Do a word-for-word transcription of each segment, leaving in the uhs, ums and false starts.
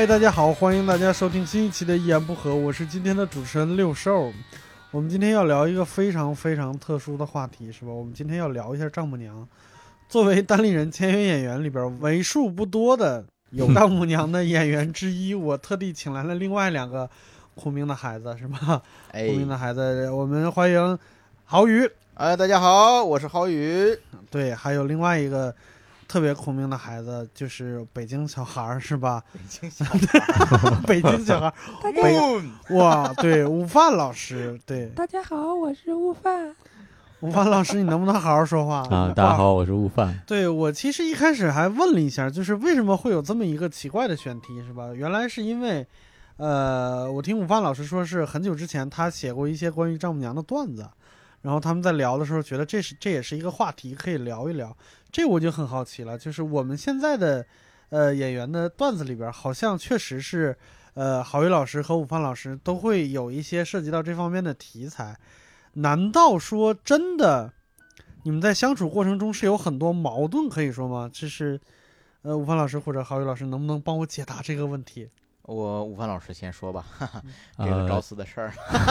嗨，大家好，欢迎大家收听新一期的一言不合，我是今天的主持人六兽。我们今天要聊一个非常非常特殊的话题，是吧？我们今天要聊一下丈母娘。作为单立人签约演员里边为数不多的有丈母娘的演员之一，我特地请来了另外两个苦命的孩子，是吧？ 哎， 苦命的孩子，我们欢迎郝宇。 哎，大家好，我是郝宇。 对，还有另外一个特别苦命的孩子，就是北京小孩，是吧？ 北京小孩， 北京小孩，北哇，对，悟饭老师，对， 大家好，我是悟饭。 悟饭老师，你能不能好好说话啊？大家好，我是悟饭。 对，我其实一开始还问了一下，就是为什么会有这么一个奇怪的选题，是吧？原来是因为，呃，我听悟饭老师说是很久之前他写过一些关于丈母娘的段子，然后他们在聊的时候觉得这是这也是一个话题，可以聊一聊。这我就很好奇了，就是我们现在的呃演员的段子里边，好像确实是呃郝宇老师和悟饭老师都会有一些涉及到这方面的题材。难道说真的你们在相处过程中是有很多矛盾可以说吗？这是呃悟饭老师或者郝宇老师能不能帮我解答这个问题？ 我悟饭老师先说吧，哈哈，这个找死的事儿。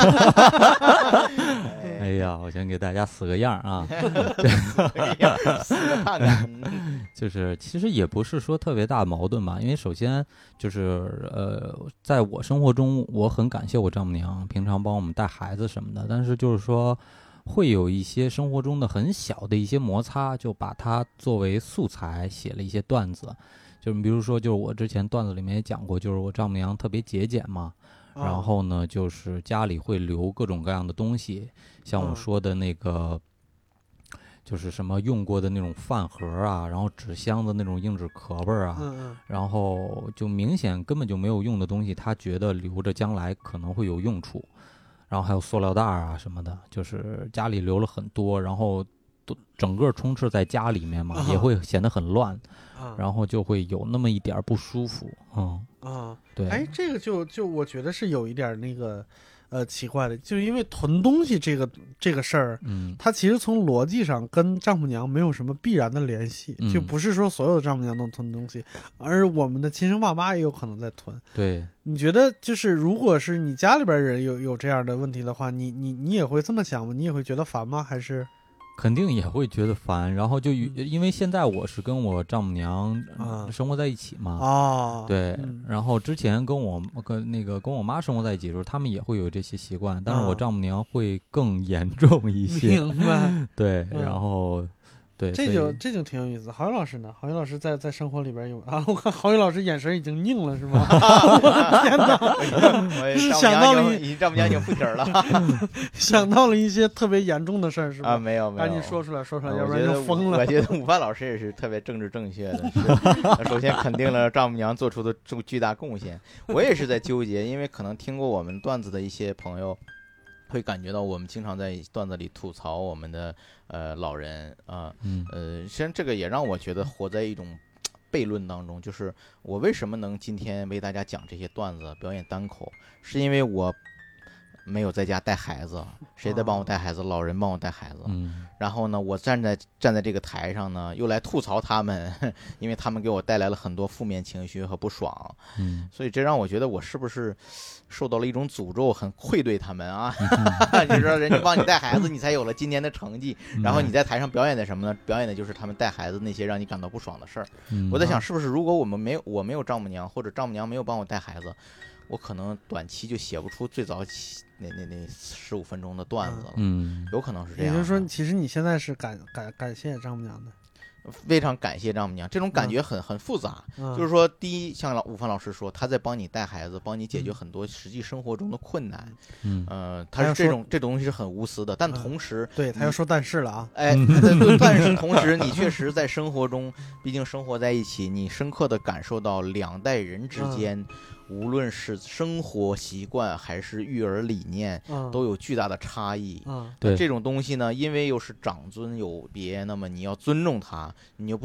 呃、哎呀，我先给大家死个样啊！ 死个看看。 就是其实也不是说特别大的矛盾吧，因为首先就是呃，在我生活中，我很感谢我丈母娘平常帮我们带孩子什么的，但是就是说会有一些生活中的很小的一些摩擦，就把它作为素材写了一些段子。就比如说，就是我之前段子里面也讲过，就是我丈母娘特别节俭嘛， 哦、 然后呢，就是家里会留各种各样的东西，像我说的那个，哦、就是什么用过的那种饭盒啊，然后纸箱的那种硬纸壳儿啊， 嗯、 然后就明显根本就没有用的东西，他觉得留着将来可能会有用处，然后还有塑料袋啊什么的，就是家里留了很多，然后都整个充斥在家里面嘛， 哦、 也会显得很乱。 啊、 然后就会有那么一点不舒服，嗯啊， 对， 哎，这个就就我觉得是有一点那个呃奇怪的，就是因为囤东西这个这个事儿， 嗯， 它其实从逻辑上跟丈母娘没有什么必然的联系， 嗯、 就不是说所有的丈母娘都囤东西，而我们的亲生爸妈也有可能在囤。 对， 你觉得就是如果是你家里边人有有这样的问题的话，你你你也会这么想吗？你也会觉得烦吗？还是？ 肯定也会觉得烦，然后就因为现在我是跟我丈母娘生活在一起嘛， 啊， 对， 嗯、 然后之前跟我跟那个跟我妈生活在一起的时候，他们也会有这些习惯，但是我丈母娘会更严重一些， 明白？ 对， 嗯、 然后。对， 这就这就挺有意思。郝宇老师呢？郝宇老师在在生活里边有啊，我看郝宇老师眼神已经拧了，是吗？天哪！是想到了你丈母娘已经附体了， 想到了一些特别严重的事儿，是吧？ 啊，没有没有， 赶紧说出来说出来， 啊、 要不然就疯了。 我觉得午饭老师也是特别政治正确的，首先肯定了丈母娘做出的巨大贡献。我也是在纠结，因为可能听过我们段子的一些朋友。会感觉到我们经常在段子里吐槽我们的呃老人啊，呃, 嗯、 呃，实际上这个也让我觉得活在一种悖论当中，就是我为什么能今天为大家讲这些段子表演单口，是因为我没有在家带孩子，谁在帮我带孩子？老人帮我带孩子。 嗯， 然后呢，我站在站在这个台上呢，又来吐槽他们，因为他们给我带来了很多负面情绪和不爽。 嗯， 所以这让我觉得我是不是受到了一种诅咒，很愧对他们啊？就是说人家帮你带孩子，你才有了今年的成绩。然后你在台上表演的什么呢？表演的就是他们带孩子那些让你感到不爽的事儿。 嗯、 我在想，是不是如果我们没有我没有丈母娘，或者丈母娘没有帮我带孩子，我可能短期就写不出最早那那那十五分钟的段子了， 嗯， 有可能是这样。 也就是说，其实你现在是感感感谢丈母娘的， 非常感谢丈母娘，这种感觉很、嗯、很复杂、 嗯。 就是说，第一，像老悟饭老师说，他在帮你带孩子，帮你解决很多实际生活中的困难。 嗯， 呃，他是这种这种东西是很无私的，但同时， 嗯、对他要说但是了啊， 哎，但是同时，你确实在生活中，毕竟生活在一起，你深刻的感受到两代人之间。嗯，无论是生活习惯还是育儿理念、嗯、都有巨大的差异。 嗯， 对这种东西呢，因为又是长尊有别，那么你要尊重他，你又不能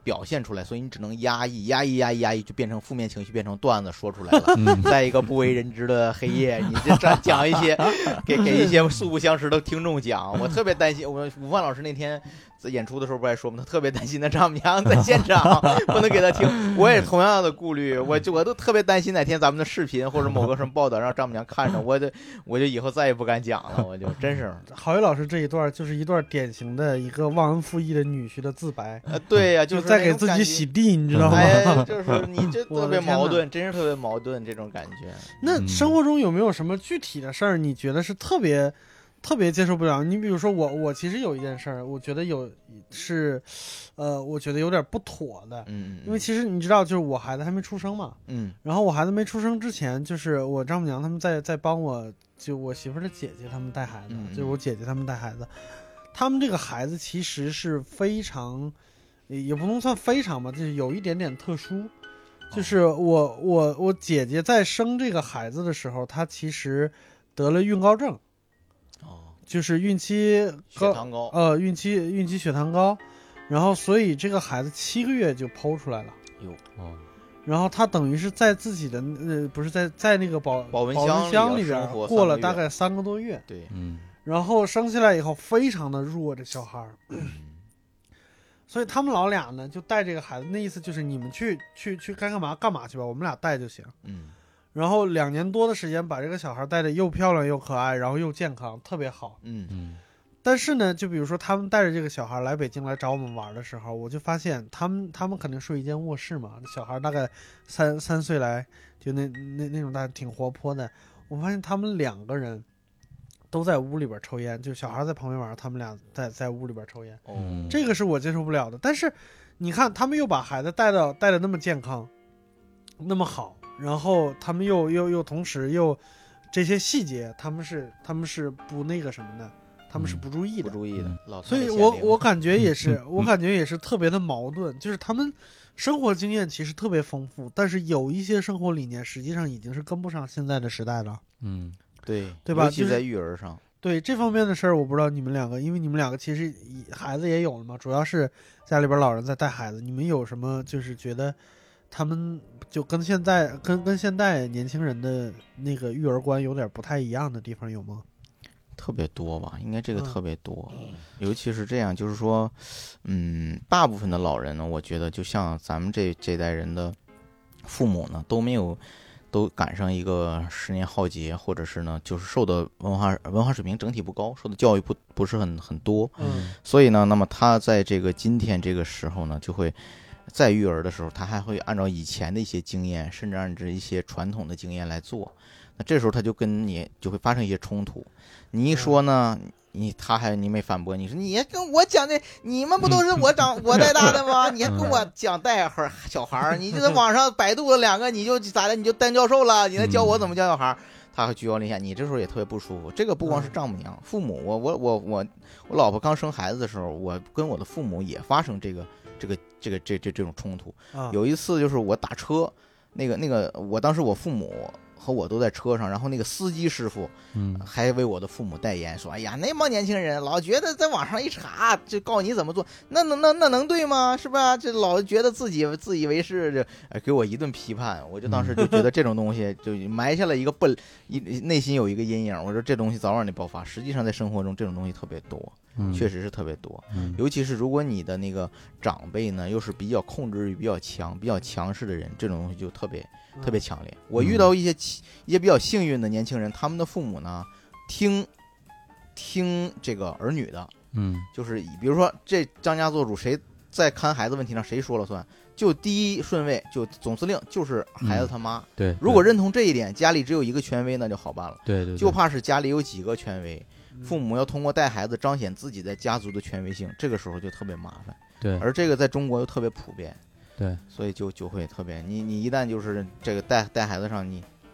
表现出来，所以你只能压抑压抑压抑压抑，就变成负面情绪，变成段子说出来了。 嗯在一个不为人知的黑夜，你这讲讲一些给给一些素不相识的听众讲，我特别担心。我吴范老师那天在演出的时候不还说吗？他特别担心那丈母娘在现场不能给他听。我也同样的顾虑，我就我都特别担心哪天咱们的视频或者某个什么报道让丈母娘看着，我就我就以后再也不敢讲了，我就真是。 郝宇老师这一段就是一段典型的一个忘恩负义的女婿的自白， 呃，对呀、啊， 就是在给自己洗地，你知道吗？ 哎，就是你这特别矛盾，真是特别矛盾这种感觉。 那生活中有没有什么具体的事儿，你觉得是特别特别接受不了？你比如说我，我其实有一件事儿，我觉得有是，呃，我觉得有点不妥的。 嗯， 因为其实你知道，就是我孩子还没出生嘛， 嗯， 然后我孩子没出生之前，就是我丈母娘他们在在帮我，就我媳妇儿的姐姐他们带孩子， 嗯、 就是我姐姐他们带孩子，他们这个孩子其实是非常，也不能算非常吧，就是有一点点特殊。就是我我我姐姐在生这个孩子的时候，她其实得了孕高症， 哦， 就是孕期血糖高， 呃，孕期孕期血糖高，然后所以这个孩子七个月就剖出来了， 哟哦， 然后她等于是在自己的呃不是在在那个保保温箱里边过了大概三个多月， 对， 嗯， 然后生下来以后非常的弱，这小孩。所以他们老俩呢就带这个孩子，那意思就是你们去去去该干嘛干嘛去吧，我们俩带就行。 嗯， 然后两年多的时间把这个小孩带的又漂亮又可爱，然后又健康，特别好。 嗯嗯。 但是呢，就比如说他们带着这个小孩来北京来找我们玩的时候，我就发现他们他们肯定睡一间卧室嘛，小孩大概三三岁来，就那那那种大挺活泼的。我发现他们两个人都在屋里边抽烟，就小孩在旁边玩，他们俩在在屋里边抽烟。 哦， 这个是我接受不了的。但是你看，他们又把孩子带到带的那么健康，那么好，然后他们又又又同时又这些细节，他们是他们是不那个什么的，他们是不注意的， 不注意的。老所以我我感觉也是，我感觉也是特别的矛盾，就是他们生活经验其实特别丰富，但是有一些生活理念实际上已经是跟不上现在的时代了。 嗯。对对吧？ 尤其在育儿上，就是、 对这方面的事儿，我不知道你们两个，因为你们两个其实孩子也有了嘛，主要是家里边老人在带孩子，你们有什么就是觉得他们就跟现在跟跟现代年轻人的那个育儿观有点不太一样的地方有吗？ 特别多吧，应该这个特别多，嗯、尤其是这样，就是说，嗯，大部分的老人呢，我觉得就像咱们这这代人的父母呢，都没有。都赶上一个十年浩劫，或者是呢，就是受的文化文化水平整体不高，受的教育不不是很很多， 嗯， 所以呢，那么他在这个今天这个时候呢，就会在育儿的时候，他还会按照以前的一些经验，甚至按照一些传统的经验来做，那这时候他就跟你就会发生一些冲突，你一说呢。嗯你他还你没反驳，你说你跟我讲的，你们不都是我长我带大的吗？你还跟我讲带孩小孩儿，你就在网上百度了两个，你就咋的？你就当教授了？你来教我怎么教小孩儿？他会居高临下，你这时候也特别不舒服。这个不光是丈母娘，父母，我我我我我老婆刚生孩子的时候，我跟我的父母也发生这个这个这个这这这种冲突。有一次就是我打车，那个那个我当时我父母。和我都在车上，然后那个司机师傅，嗯，还为我的父母代言，说：“哎呀，那帮年轻人老觉得在网上一查就告你怎么做，那能那那能对吗？是吧？这老觉得自己自以为是，这给我一顿批判。我就当时就觉得这种东西就埋下了一个不一内心有一个阴影。我说这东西早晚得爆发。实际上在生活中这种东西特别多，嗯、确实是特别多。嗯、尤其是如果你的那个长辈呢又是比较控制欲比较强、比较强势的人，这种东西就特别。”特别强烈。我遇到一些一些比较幸运的年轻人，他们的父母呢，听听这个儿女的，嗯，就是比如说这张家做主，谁在看孩子问题上谁说了算，就第一顺位就总司令就是孩子他妈。 嗯、对， 如果认同这一点，家里只有一个权威，那就好办了。 对 对, 对， 就怕是家里有几个权威，父母要通过带孩子彰显自己在家族的权威性，这个时候就特别麻烦。 对， 而这个在中国又特别普遍。 对， 所以就就会特别，你你一旦就是这个带带孩子上，你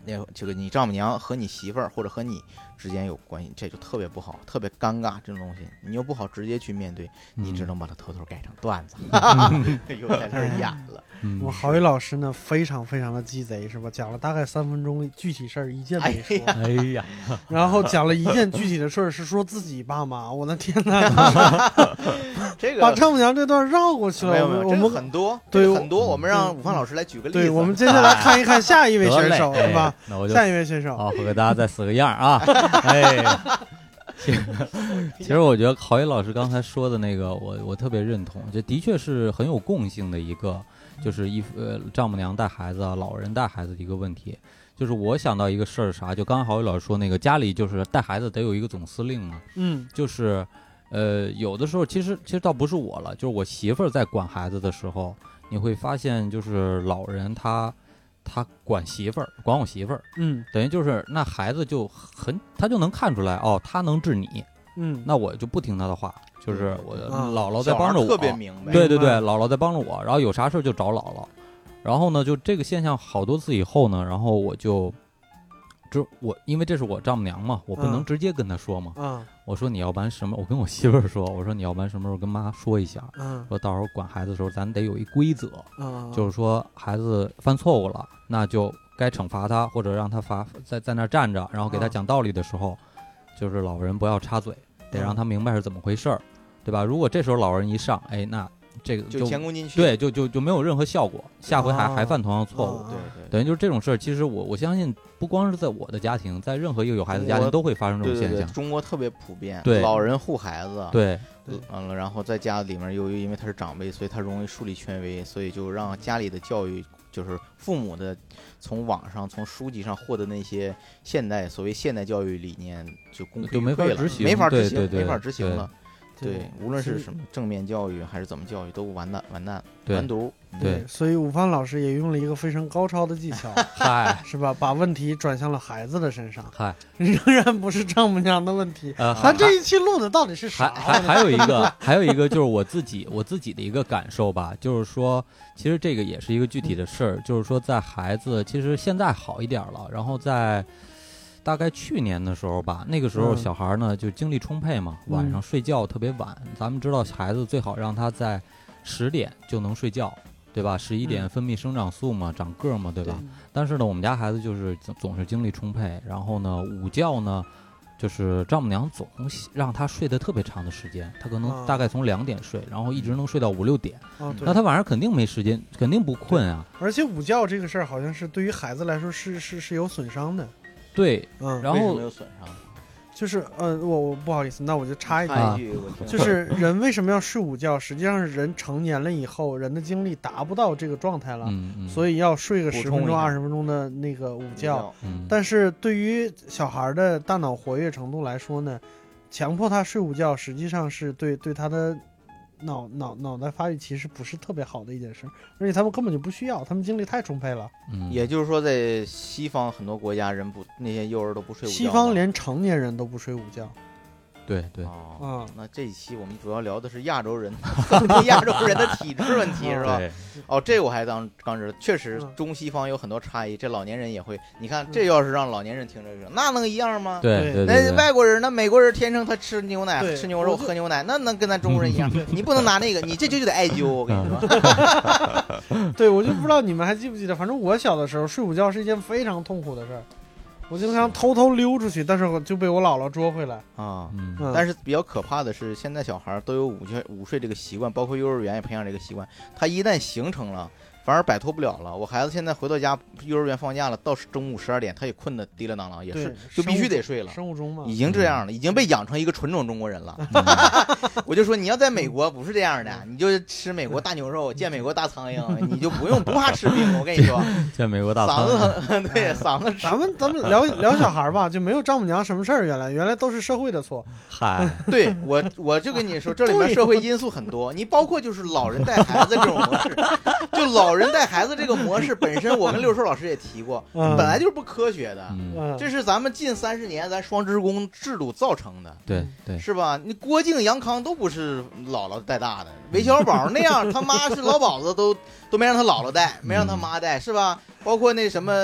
那这个你丈母娘和你媳妇儿或者和你之间有关系，这就特别不好，特别尴尬。这种东西你又不好直接去面对，你只能把它偷偷改成段子，又在那儿演了。 嗯我郝宇老师呢，非常非常的鸡贼，是吧？讲了大概三分钟，具体事儿一件没说。 哎呀， 然后讲了一件具体的事儿，是说自己爸妈。我的天哪！ 这个把丈母娘这段绕过去了。 没有没有，这个我们很多， 对这个很多。我们让武芳老师来举个例子。 对，我们接下来看一看下一位选手， 得嘞是吧？ 哎那我就下一位选手， 好，我给大家再死个样啊！哎，其实其实我觉得郝宇老师刚才说的那个，我我特别认同，这的确是很有共性的一个，就是一呃丈母娘带孩子啊，老人带孩子的一个问题。就是我想到一个事儿啥，就刚刚郝宇老师说那个，家里就是带孩子得有一个总司令嘛， 嗯就是呃有的时候其实其实倒不是我了，就是我媳妇儿在管孩子的时候，你会发现就是老人他他管媳妇儿，管我媳妇儿。 嗯等于就是那孩子就很，他就能看出来哦，他能治你， 嗯， 那我就不听他的话，就是我啊姥姥在小孩帮着我， 特别明白。 对对对， 明白姥姥在帮着我，然后有啥事就找姥姥，然后呢，就这个现象好多次以后呢，然后我就，这我因为这是我丈母娘嘛，我不能嗯直接跟她说嘛， 啊我说你要不然什么，我跟我媳妇儿说，我说你要不然什么时候跟妈说一下， 嗯说到时候管孩子的时候咱得有一规则， 啊， 就是说孩子犯错误了，那就该惩罚他，或者让他罚在在那儿站着，然后给他啊讲道理的时候，就是老人不要插嘴，得让他明白是怎么回事儿，对吧？如果这时候老人一上，哎，那这个就前功尽弃。 对，就就就没有任何效果，下回还、 啊还犯同样错误。 啊对对等于就是这种事儿，其实我我相信，不光是在我的家庭，在任何一个有孩子家庭都会发生这对对对， 种现象。 中国特别普遍。 对老人护孩子。 对， 完了，然后在家里面，由于因为他是长辈，所以他容易树立权威，所以就让家里的教育，就是父母的从网上、从书籍上获得那些现代所谓现代教育理念，就功亏就没法一篑了执行没法执行， 对对对没法执行对了。对，无论是什么正面教育还是怎么教育，都完蛋完蛋对完犊。 对所以武芳老师也用了一个非常高超的技巧， 嗨是吧？把问题转向了孩子的身上， 嗨， 仍然不是丈母娘的问题。 呃， 咱这一期录的到底是还啥？ 还还有一个，还有一个就是我自己我自己的一个感受吧，就是说，其实这个也是一个具体的事儿，就是说，在孩子其实现在好一点了，然后在大概去年的时候吧，那个时候嗯小孩呢就精力充沛嘛， 嗯晚上睡觉特别晚，咱们知道孩子最好让他在十点就能睡觉。对吧？十一点嗯分泌生长素嘛，长个儿嘛，对吧？ 对但是呢，我们家孩子就是总总是精力充沛，然后呢，午觉呢，就是丈母娘总让他睡得特别长的时间，他可能啊大概从两点睡，然后一直能睡到五六点， 啊，对那他晚上肯定没时间，肯定不困啊。 而且午觉这个事儿，好像是对于孩子来说是是是有损伤的。 对， 嗯， 然后为什么有损伤？ 就是呃，我我不好意思，那我就插一句， 插一句，我听就是人为什么要睡午觉？实际上是人成年了以后，人的精力达不到这个状态了， 嗯嗯， 所以要睡个十分钟、 补充一下二十分钟的那个午觉。 嗯， 但是对于小孩的大脑活跃程度来说呢，强迫他睡午觉，实际上是对对他的脑脑脑袋发育其实不是特别好的一件事，而且他们根本就不需要，他们精力太充沛了。 嗯也就是说，在西方很多国家，人不那些幼儿都不睡午觉吗。 西方连成年人都不睡午觉。 对对， 哦， 嗯， 那这一期我们主要聊的是亚洲人，亚洲人的体质问题是吧？ 对， 哦，这我还当刚知道，确实嗯中西方有很多差异，这老年人也会。你看，这要是让老年人听这个，那能一样吗？ 对对那对， 外国人，那美国人天生他吃牛奶、 对吃牛肉、 我就喝牛奶，那能跟咱中国人一样？你不能拿那个，你这就就得艾灸。我跟你说， 对，我就不知道你们还记不记得，反正我小的时候睡午觉是一件非常痛苦的事儿，我经常偷偷溜出去，但是我就被我姥姥捉回来。 啊。 嗯嗯， 但是比较可怕的是，现在小孩都有午觉午睡这个习惯，包括幼儿园也培养这个习惯。他一旦形成了，反而摆脱不了了。我孩子现在回到家，幼儿园放假了，到中午十二点，他也困得滴了当啷，也是对就必须得睡了。 生物钟嘛， 已经这样了，已经被养成一个纯种中国人了。我就说你要在美国不是这样的，你就吃美国大牛肉，见美国大苍蝇，你就不用不怕吃病。我跟你说， 在美国大嗓仓， 子疼，对嗓子咱们咱们聊聊小孩吧，就没有丈母娘什么事儿。原来原来都是社会的错。 嗨， 对我我就跟你说，这里面社会因素很多，你包括就是老人带孩子这种模式，就老人带孩子这个模式本身，我跟六叔老师也提过， 嗯本来就是不科学的。 嗯， 嗯， 这是咱们近三十年咱双职工制度造成的。 对对， 是吧？你郭靖、杨康都不是姥姥带大的，韦小宝那样，他妈是老鸨子都都没让他姥姥带，没让他妈带，是吧？包括那什么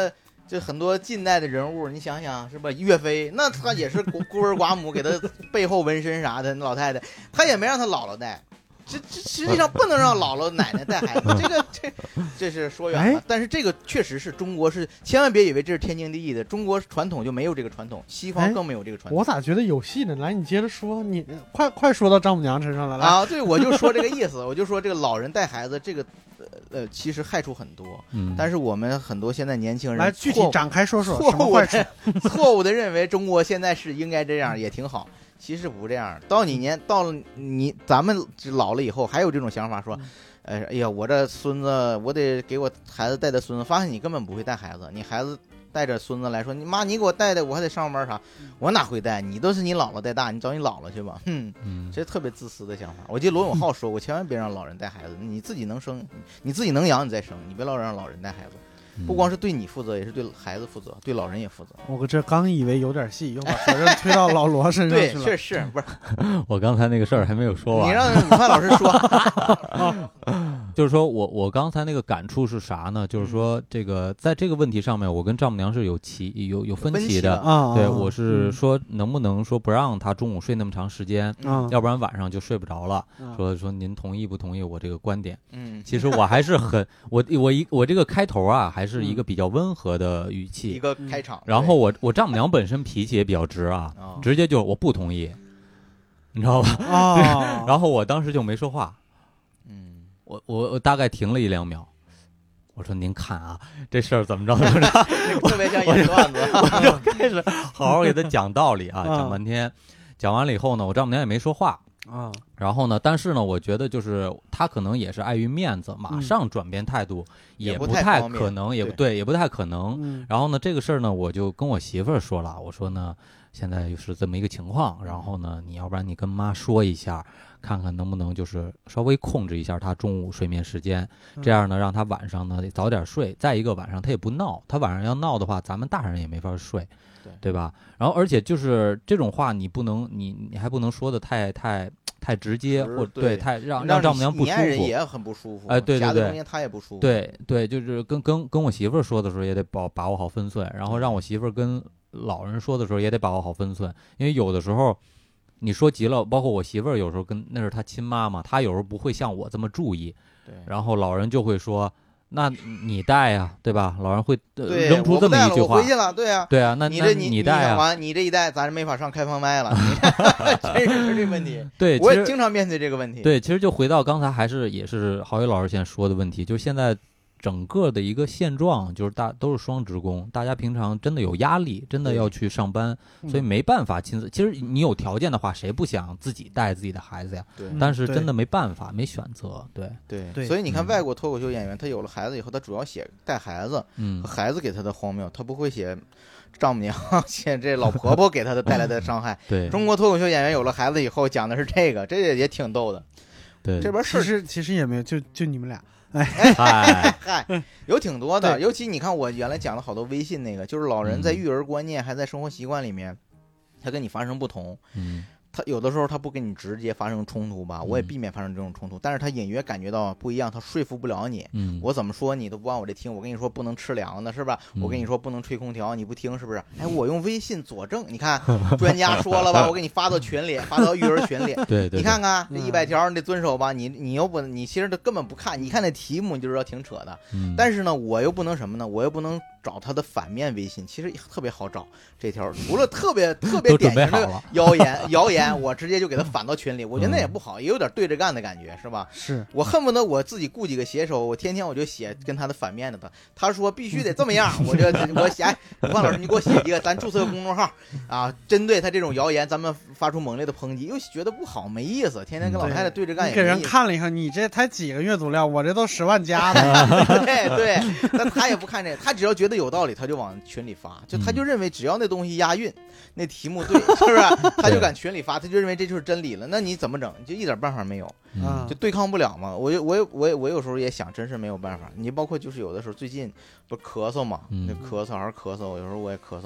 这很多近代的人物，你想想是吧？岳飞那他也是孤孤儿寡母，给他背后纹身啥的，那老太太他也没让他姥姥带。这这实际上不能让姥姥奶奶带孩子，这个这这是说远了。但是这个确实是中国是，千万别以为这是天经地义的，中国传统就没有这个传统，西方更没有这个传统。 我咋觉得有戏呢？来，你接着说，你快快说到丈母娘身上了。来啊，对，我就说这个意思，我就说这个老人带孩子，这个呃其实害处很多。嗯，但是我们很多现在年轻人来具体展开说说错误的错误的认为中国现在是应该这样，也挺好。其实不这样，到你年到了你咱们老了以后，还有这种想法说，呃，哎呀，我这孙子，我得给我孩子带带孙子。发现你根本不会带孩子，你孩子带着孙子来说，你妈你给我带带，我还得上班啥，我哪会带？你都是你姥姥带大，你找你姥姥去吧。哼，这特别自私的想法。我记得罗永浩说过，千万别让老人带孩子，你自己能生，你自己能养你再生，你别老让老人带孩子。不光是对你负责，也是对孩子负责，对老人也负责。 我这刚以为有点戏，又把责任推到老罗身上去了。 对，确实不是。 我刚才那个事儿还没有说完， 你让武汉老师说。 就是说我我刚才那个感触是啥呢？就是说这个在这个问题上面，我跟丈母娘是有歧有有分歧的啊。 对，我是说能不能说不让他中午睡那么长时间， 嗯， 要不然晚上就睡不着了。说说您同意不同意我这个观点？ 嗯， 其实我还是很我我一我这个开头啊，还是一个比较温和的语气， 一个开场。 然后我我丈母娘本身脾气也比较直啊，直接就我不同意，你知道吧？ 啊， 然后我当时就没说话。 嗯， 我我我大概停了一两秒，我说您看啊，这事儿怎么着？ 特别像演段子， 我就开始好好给他讲道理啊，讲半天，讲完了以后呢，我丈母娘也没说话啊。 然后呢，但是呢，我觉得就是他可能也是碍于面子，马上转变态度也不太可能，也不对，也不太可能。然后呢，这个事儿呢，我就跟我媳妇儿说了，我说呢，现在就是这么一个情况，然后呢，你要不然你跟妈说一下。看看能不能就是稍微控制一下他中午睡眠时间，这样呢让他晚上呢得早点睡。再一个晚上他也不闹，他晚上要闹的话，咱们大人也没法睡， 对对吧？然后而且就是这种话你不能你你还不能说的太太太直接，或对, 对太让让丈母娘不舒服， 人也很不舒服。 哎，对对对， 他也不舒服。 对对，就是跟跟跟我媳妇儿说的时候也得把把握好分寸，然后让我媳妇儿跟老人说的时候也得把握好分寸，因为有的时候。你说急了，包括我媳妇儿有时候跟那是她亲妈妈，她有时候不会像我这么注意， 对， 然后老人就会说，那你带呀，对吧？老人会、呃、 对扔出这么一句话， 我回去了，对啊， 对啊，那你这你你带啊，你这一带咱没法上开放麦了，真是这问题。 对， 我也经常面对这个问题。 对，其实就回到刚才还是也是郝宇老师现在说的问题，就是现在。整个的一个现状就是大都是双职工，大家平常真的有压力，真的要去上班，所以没办法亲自。其实你有条件的话，谁不想自己带自己的孩子呀？ 对， 但是真的没办法，没选择。对对对， 所以你看外国脱口秀演员，他有了孩子以后，他主要写带孩子， 嗯， 和孩子给他的荒谬，他不会写丈母娘写这老婆婆给他的带来的伤害。 对， 中国脱口秀演员有了孩子以后，讲的是这个，这也挺逗的。 对， 这边其实其实也没有，就就你们俩。 哎嗨嗨，有挺多的，尤其你看我原来讲了好多微信那个，就是老人在育儿观念还在生活习惯里面，他跟你发生不同， 嗯， 他有的时候他不跟你直接发生冲突吧，我也避免发生这种冲突，但是他隐约感觉到不一样，他说服不了你， 嗯， 我怎么说你都不往我这听，我跟你说不能吃凉的是吧？我跟你说不能吹空调，你不听是不是？哎，我用微信佐证，你看专家说了吧，我给你发到群里，发到育儿群里， 对对， 你看看这一百条你得遵守吧，你你又不你其实根本不看，你看那题目你就知道挺扯的， 嗯， 但是呢，我又不能什么呢？我又不能找他的反面微信，其实特别好找这条，除了特别特别典型的谣言谣言，我直接就给他反到群里，我觉得那也不好，也有点对着干的感觉，是吧？ 是我恨不得我自己雇几个写手，我天天我就写跟他的反面的他，他说必须得这么样，我就我写，哎，范老师你给我写一个，咱注册个公众号啊，针对他这种谣言，咱们发出猛烈的抨击，又觉得不好，没意思，天天跟老太太对着干也没意思。 你给人看了以后，你这才几个阅读量，我这都十万加的。 对对，但他也不看这个，他只要觉得有道理，他就往群里发，就他就认为只要那东西押韵，那题目对，是不是？他就敢群里发，他就认为这就是真理了。那你怎么整？就一点办法没有， 嗯、 就对抗不了嘛。我我我我有时候也想，真是没有办法。你包括就是有的时候最近不是咳嗽嘛，那咳嗽还是咳嗽，有时候我也咳嗽。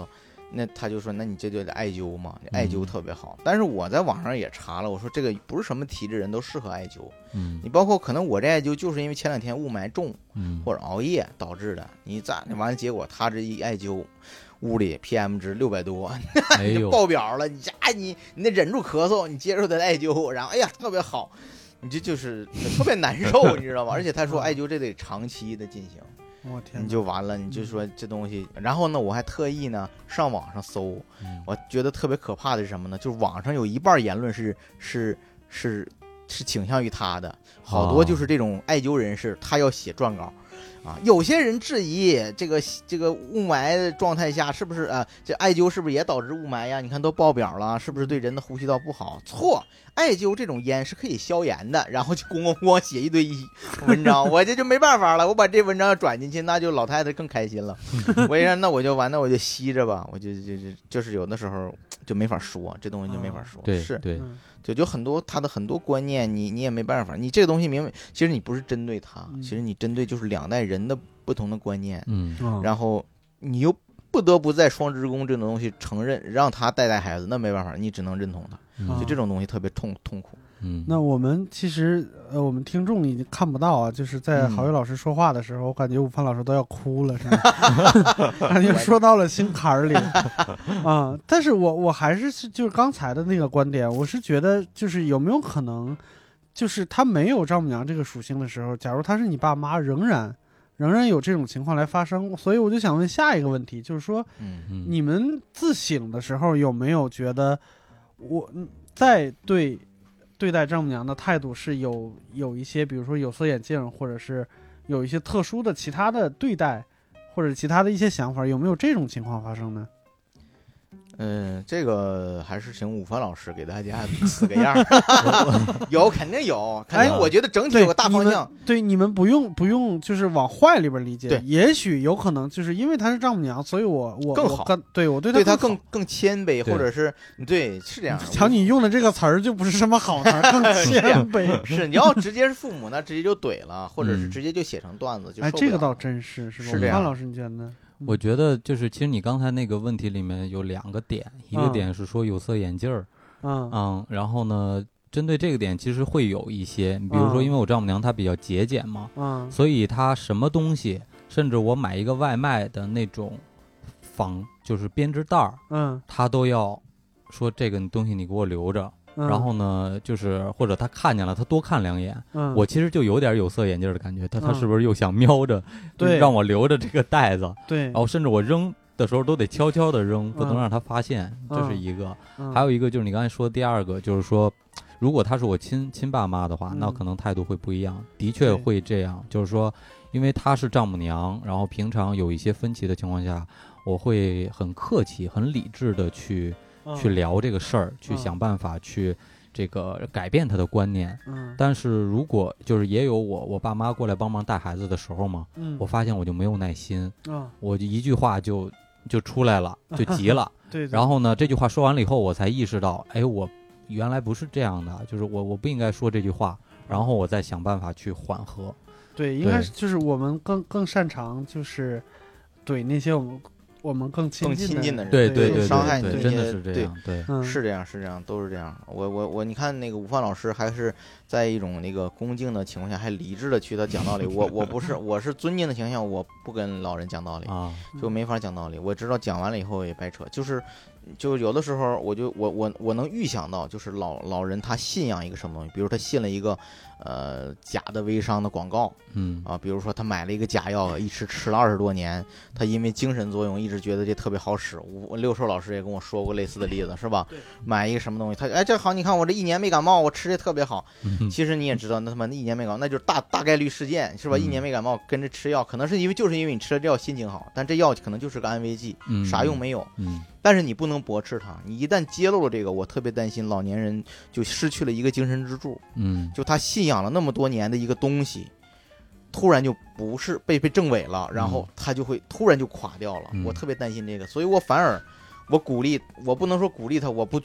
那他就说，那你这就得艾灸嘛，艾灸特别好。但是我在网上也查了，我说这个不是什么体质人都适合艾灸。 嗯， 你包括可能我这艾灸就是因为前两天雾霾重， 嗯， 或者熬夜导致的。你咋完了？结果他这一艾灸，屋里 P M 值六百多，你就爆表了。你家你你得忍住咳嗽，你接受他的艾灸，然后哎呀特别好，你这就是特别难受，你知道吗？而且他说艾灸这得长期的进行。 我天， 你就完了，你就说这东西，然后呢，我还特意呢上网上搜，我觉得特别可怕的是什么呢？就是网上有一半言论是是是是倾向于他的，好多就是这种艾灸人士，他要写撰稿。啊，有些人质疑这个这个雾霾状态下是不是啊？这艾灸是不是也导致雾霾呀？你看都爆表了，是不是对人的呼吸道不好？错，艾灸这种烟是可以消炎的。然后就咣咣咣写一堆文章，我这就没办法了，我把这文章要转进去，那就老太太更开心了。我一说那我就完，那我就吸着吧，我就就就就是有的时候就没法说，这东西就没法说。 对， 是， 对。 就就很多他的很多观念，你你也没办法，你这个东西明白，其实你不是针对他，其实你针对就是两代人的不同的观念， 嗯， 然后你又不得不在双职工这种东西承认，让他带带孩子，那没办法，你只能认同他， 嗯、 就这种东西特别痛痛苦。 嗯， 那我们其实呃，我们听众已经看不到啊，就是在郝宇老师说话的时候，嗯、我感觉午饭老师都要哭了，是吗？感觉说到了心坎里啊。但是我我还是就是刚才的那个观点，我是觉得就是有没有可能，就是他没有丈母娘这个属性的时候，假如他是你爸妈，仍然仍然有这种情况来发生，所以我就想问下一个问题，就是说， 嗯， 你们自省的时候有没有觉得我在对对待丈母娘的态度是有有一些，比如说有色眼镜，或者是有一些特殊的其他的对待，或者其他的一些想法，有没有这种情况发生呢？ 嗯，这个还是请午饭老师给大家死个样有肯定有，肯定。我觉得整体有个大方向。 对，对你们不用不用就是往坏里边理解。 对， 也许有可能就是因为她是丈母娘，所以我我更好。 我对我对她对她更更谦卑，或者是对是这样。 瞧你用的这个词儿就不是什么好词儿，更谦卑。 是你要直接是父母，那直接就怼了，或者是直接就写成段子。就哎，这个倒真是是吧？ 是这样。 范老师，你觉得呢？ 我觉得就是，其实你刚才那个问题里面有两个点，一个点是说有色眼镜儿， 嗯嗯，然后呢，针对这个点其实会有一些，比如说因为我丈母娘她比较节俭嘛， 嗯， 所以她什么东西，甚至我买一个外卖的那种仿就是编织袋儿， 嗯， 她都要说这个东西你给我留着。 嗯、 然后呢，就是或者他看见了，他多看两眼。 嗯， 我其实就有点有色眼镜的感觉，他他是不是又想瞄着， 对、 嗯，让我留着这个袋子？ 对， 然后甚至我扔的时候都得悄悄的扔，不能让他发现。 嗯、 这是一个、 嗯， 还有一个就是你刚才说的第二个，就是说，如果他是我亲亲爸妈的话， 嗯、 那可能态度会不一样。的确会这样，就是说，因为他是丈母娘，然后平常有一些分歧的情况下，我会很客气、很理智的去。 嗯、 去聊这个事儿，去想办法去这个改变他的观念。 嗯， 但是如果就是也有我我爸妈过来帮忙带孩子的时候嘛， 嗯， 我发现我就没有耐心， 嗯， 我就一句话就就出来了，就急了。 对, 对。 然后呢，这句话说完了以后，我才意识到，哎，我原来不是这样的，就是我我不应该说这句话，然后我再想办法去缓和。 对，应该是就是我们更更擅长就是怼那些我们。我们更亲近的, 更亲近的人， 对对对， 伤害你真的是这样，对， 嗯、 是这样，是这样，都是这样。我我我，你看那个午饭老师还是在一种那个恭敬的情况下，还理智的去他讲道理。我我不是，我是尊敬的情况下，我不跟老人讲道理啊， 就没法讲道理。我知道讲完了以后也白扯，就是就有的时候，我就我我我能预想到，就是老老人他信仰一个什么东西，比如他信了一个呃假的微商的广告， 嗯啊，比如说他买了一个假药，一吃吃了二十多年，他因为精神作用一直觉得这特别好使。我六兽老师也跟我说过类似的例子，是吧？买一个什么东西，他哎这好，你看我这一年没感冒，我吃这特别好。 嗯、 其实你也知道，那他妈一年没感冒，那就是大大概率事件，是吧？ 嗯、 一年没感冒，跟着吃药，可能是因为就是因为你吃了这药心情好，但这药可能就是个安慰剂， 嗯、 啥用没有。 嗯。 但是你不能驳斥它，你一旦揭露了这个，我特别担心老年人就失去了一个精神支柱。 嗯， 就他信仰了那么多年的一个东西，突然就不是被被证伪了，然后他就会突然就垮掉了。 嗯、 我特别担心这个，所以我反而我鼓励，我不能说鼓励他，我不去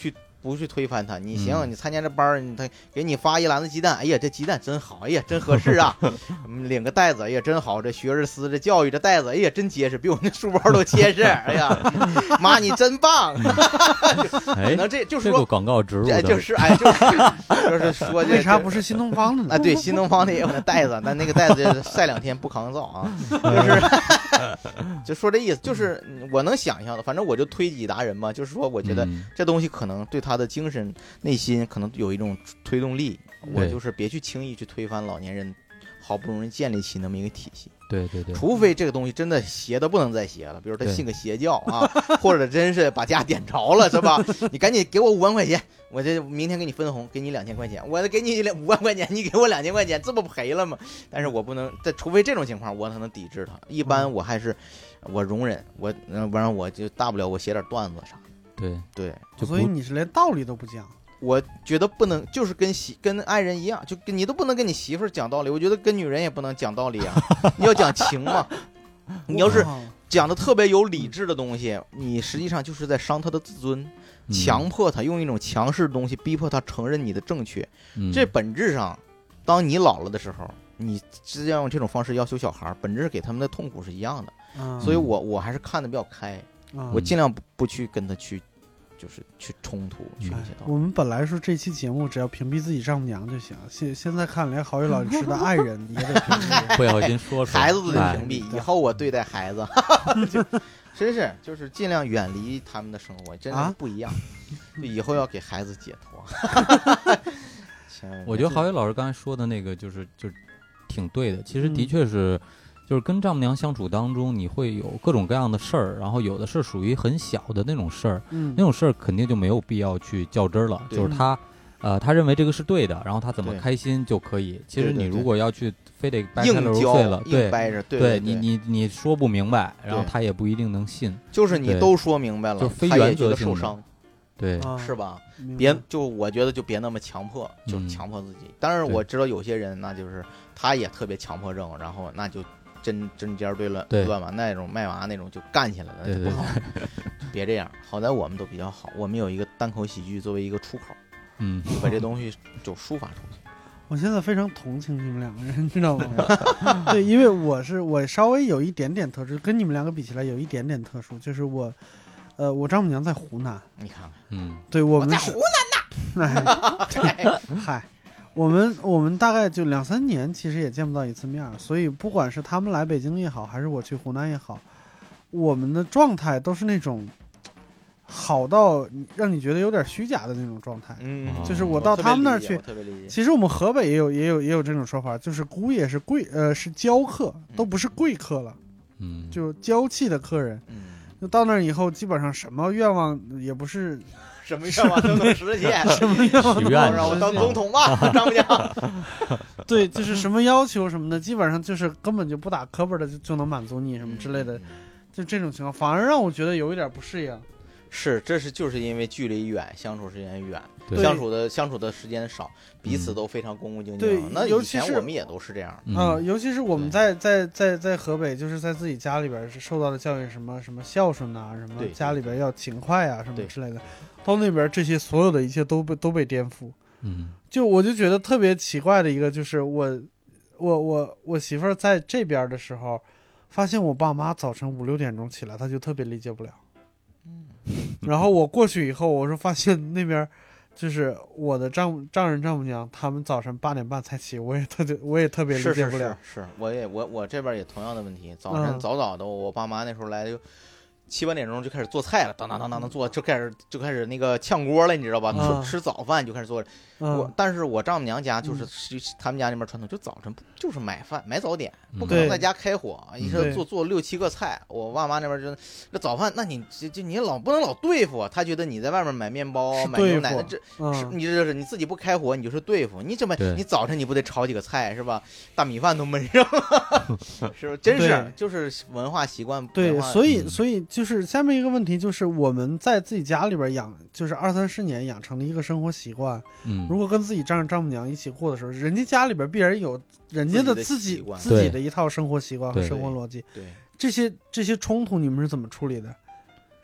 不去推翻它。你行， 嗯你参加这班儿，你他给你发一篮子鸡蛋，哎呀，这鸡蛋真好，哎呀，真合适啊。领个袋子，哎呀，真好，这学而思这教育这袋子，哎呀，真结实，比我那书包都结实。哎呀，妈你真棒。 哎， 可能这就是这个说。 广告植入哎， 的， 就是哎，就是就是说这， 为啥不是新东方的呢？ 啊？对，新东方的也有那袋子，但那个袋子晒两天不抗造啊。就是就说这意思，就是我能想象的，反正我就推己达人嘛，就是说，我觉得嗯这东西可能对他的精神内心可能有一种推动力。我对就是别去轻易去推翻老年人好不容易建立起那么一个体系。 对对对， 除非这个东西真的邪的不能再邪了，比如他对信个邪教啊，或者真是把家点着了，是吧？你赶紧给我五万块钱，我这明天给你分红，给你两千块钱，我给你两五万块钱，你给我两千块钱，这不赔了吗？但是我不能，这除非这种情况，我才能抵制他。一般我还是我容忍，我要不然我就大不了我写点段子啥的。 对对， 就不所以你是连道理都不讲。 我觉得不能，就是跟媳跟爱人一样，就跟你都不能跟你媳妇儿讲道理。我觉得跟女人也不能讲道理啊，你要讲情嘛。你要是哇讲的特别有理智的东西，你实际上就是在伤她的自尊， 嗯强迫她用一种强势的东西逼迫她承认你的正确。 嗯这本质上，当你老了的时候，你直接用这种方式要求小孩，本质给他们的痛苦是一样的。 嗯所以我我还是看的比较开， 嗯我尽量不不去跟他去，就是去冲突，去一些道理。 我们本来说这期节目只要屏蔽自己丈母娘就行，现现在看连郝宇老师的爱人也得屏蔽。 不小心说出来孩子都得哎屏蔽，以后我对待孩子，就真是就是尽量远离他们的生活，真的啊是不一样。就以后要给孩子解脱。行我觉得郝宇老师刚才说的那个就是就是挺对的，其实的嗯确是，就是跟丈母娘相处当中，你会有各种各样的事儿，然后有的是属于很小的那种事儿， 嗯那种事儿肯定就没有必要去较真儿了， 对就是他。呃，他认为这个是对的，然后他怎么对开心就可以。其实你对对对如果要去非得掰开硬了揉碎了教，硬对掰着，对对你你你说不明白，然后对他也不一定能信。 就是你对都说明白了， 就非他也觉得原则性的受伤， 对， 啊是吧？ 明白别就我觉得就别那么强迫，就是嗯强迫自己。当然对我知道有些人那就是他也特别强迫症，然后那就针针尖对乱对乱麻那种卖麻那种就干起来了，那就对不好。别这样，好在我们都比较好，我们有一个单口喜剧作为一个出口， 嗯， 就把这东西就抒发出去。 我现在非常同情你们两个人，知道吗？对，因为我是我稍微有一点点特殊，跟你们两个比起来有一点点特殊，就是我，呃，我丈母娘在湖南， 你看看， 嗯对我们是我在湖， 哎，嗨，我们我们大概就两三年，其实也见不到一次面儿，所以不管是他们来北京也好，还是我去湖南也好，我们的状态都是那种好到让你觉得有点虚假的那种状态。 嗯， 就是我到特别他们那儿去理解我，特别理解。 其实我们河北也有也有也有这种说法，就是姑爷是贵呃是娇客，都不是贵客了， 嗯， 就娇气的客人。 嗯， 就到那儿以后，基本上什么愿望也不是什么愿望都能实现， 什么愿望都许愿让我当总统吧，丈母娘。 对，就是什么要求什么的，基本上就是根本就不打磕巴的就就能满足你什么之类的， 嗯就这种情况，反而让我觉得有一点不适应。 是，这是就是因为距离远，相处时间远， 对相处的相处的时间少，彼此都非常恭恭敬敬。 对那以尤其是前我们也都是这样。 嗯呃，尤其是我们对在在在在河北，就是在自己家里边是受到的教育，什么什么孝顺呐、什么对家里边要勤快啊，什么对之类的。到那边这些所有的一切都被都被颠覆。 嗯就我就觉得特别奇怪的一个就是我我我我媳妇儿在这边的时候，发现我爸妈早晨五六点钟起来，她就特别理解不了。然后我过去以后，我说发现那边就是我的丈丈人丈母娘，他们早晨八点半才起，我也特别我也特别理是是是解不了。 是，我也我我这边也同样的问题。早嗯晨早早的，我爸妈那时候来就七八点钟就开始做菜了，当当当当当做，就开始就开始那个炝锅了，你知道吧？ 嗯吃吃早饭就开始做。我嗯， 但是我丈母娘家就是嗯是他们家那边传统，就早晨不就是买饭买早点，不嗯对可能在家开火，一对下做做六七个菜。我爸妈那边就这早饭，那你就就你老不能老对付啊，他觉得你在外面买面包是买牛奶， 对付那这是嗯， 你这是你自己不开火，你就是对付。你怎么对你早晨你不得炒几个菜是吧？大米饭都焖上了，是不是？真是对就是文化习惯。 对， 文化所以嗯所以就是下面一个问题就是我们在自己家里边养，就是二三十年养成了一个生活习惯。 嗯， 如果跟自己丈人丈母娘一起过的时候，人家家里边必然有人家的自自己己的习惯对自己的一套生活习惯和对生活逻辑。 对， 这些这些冲突你们是怎么处理的？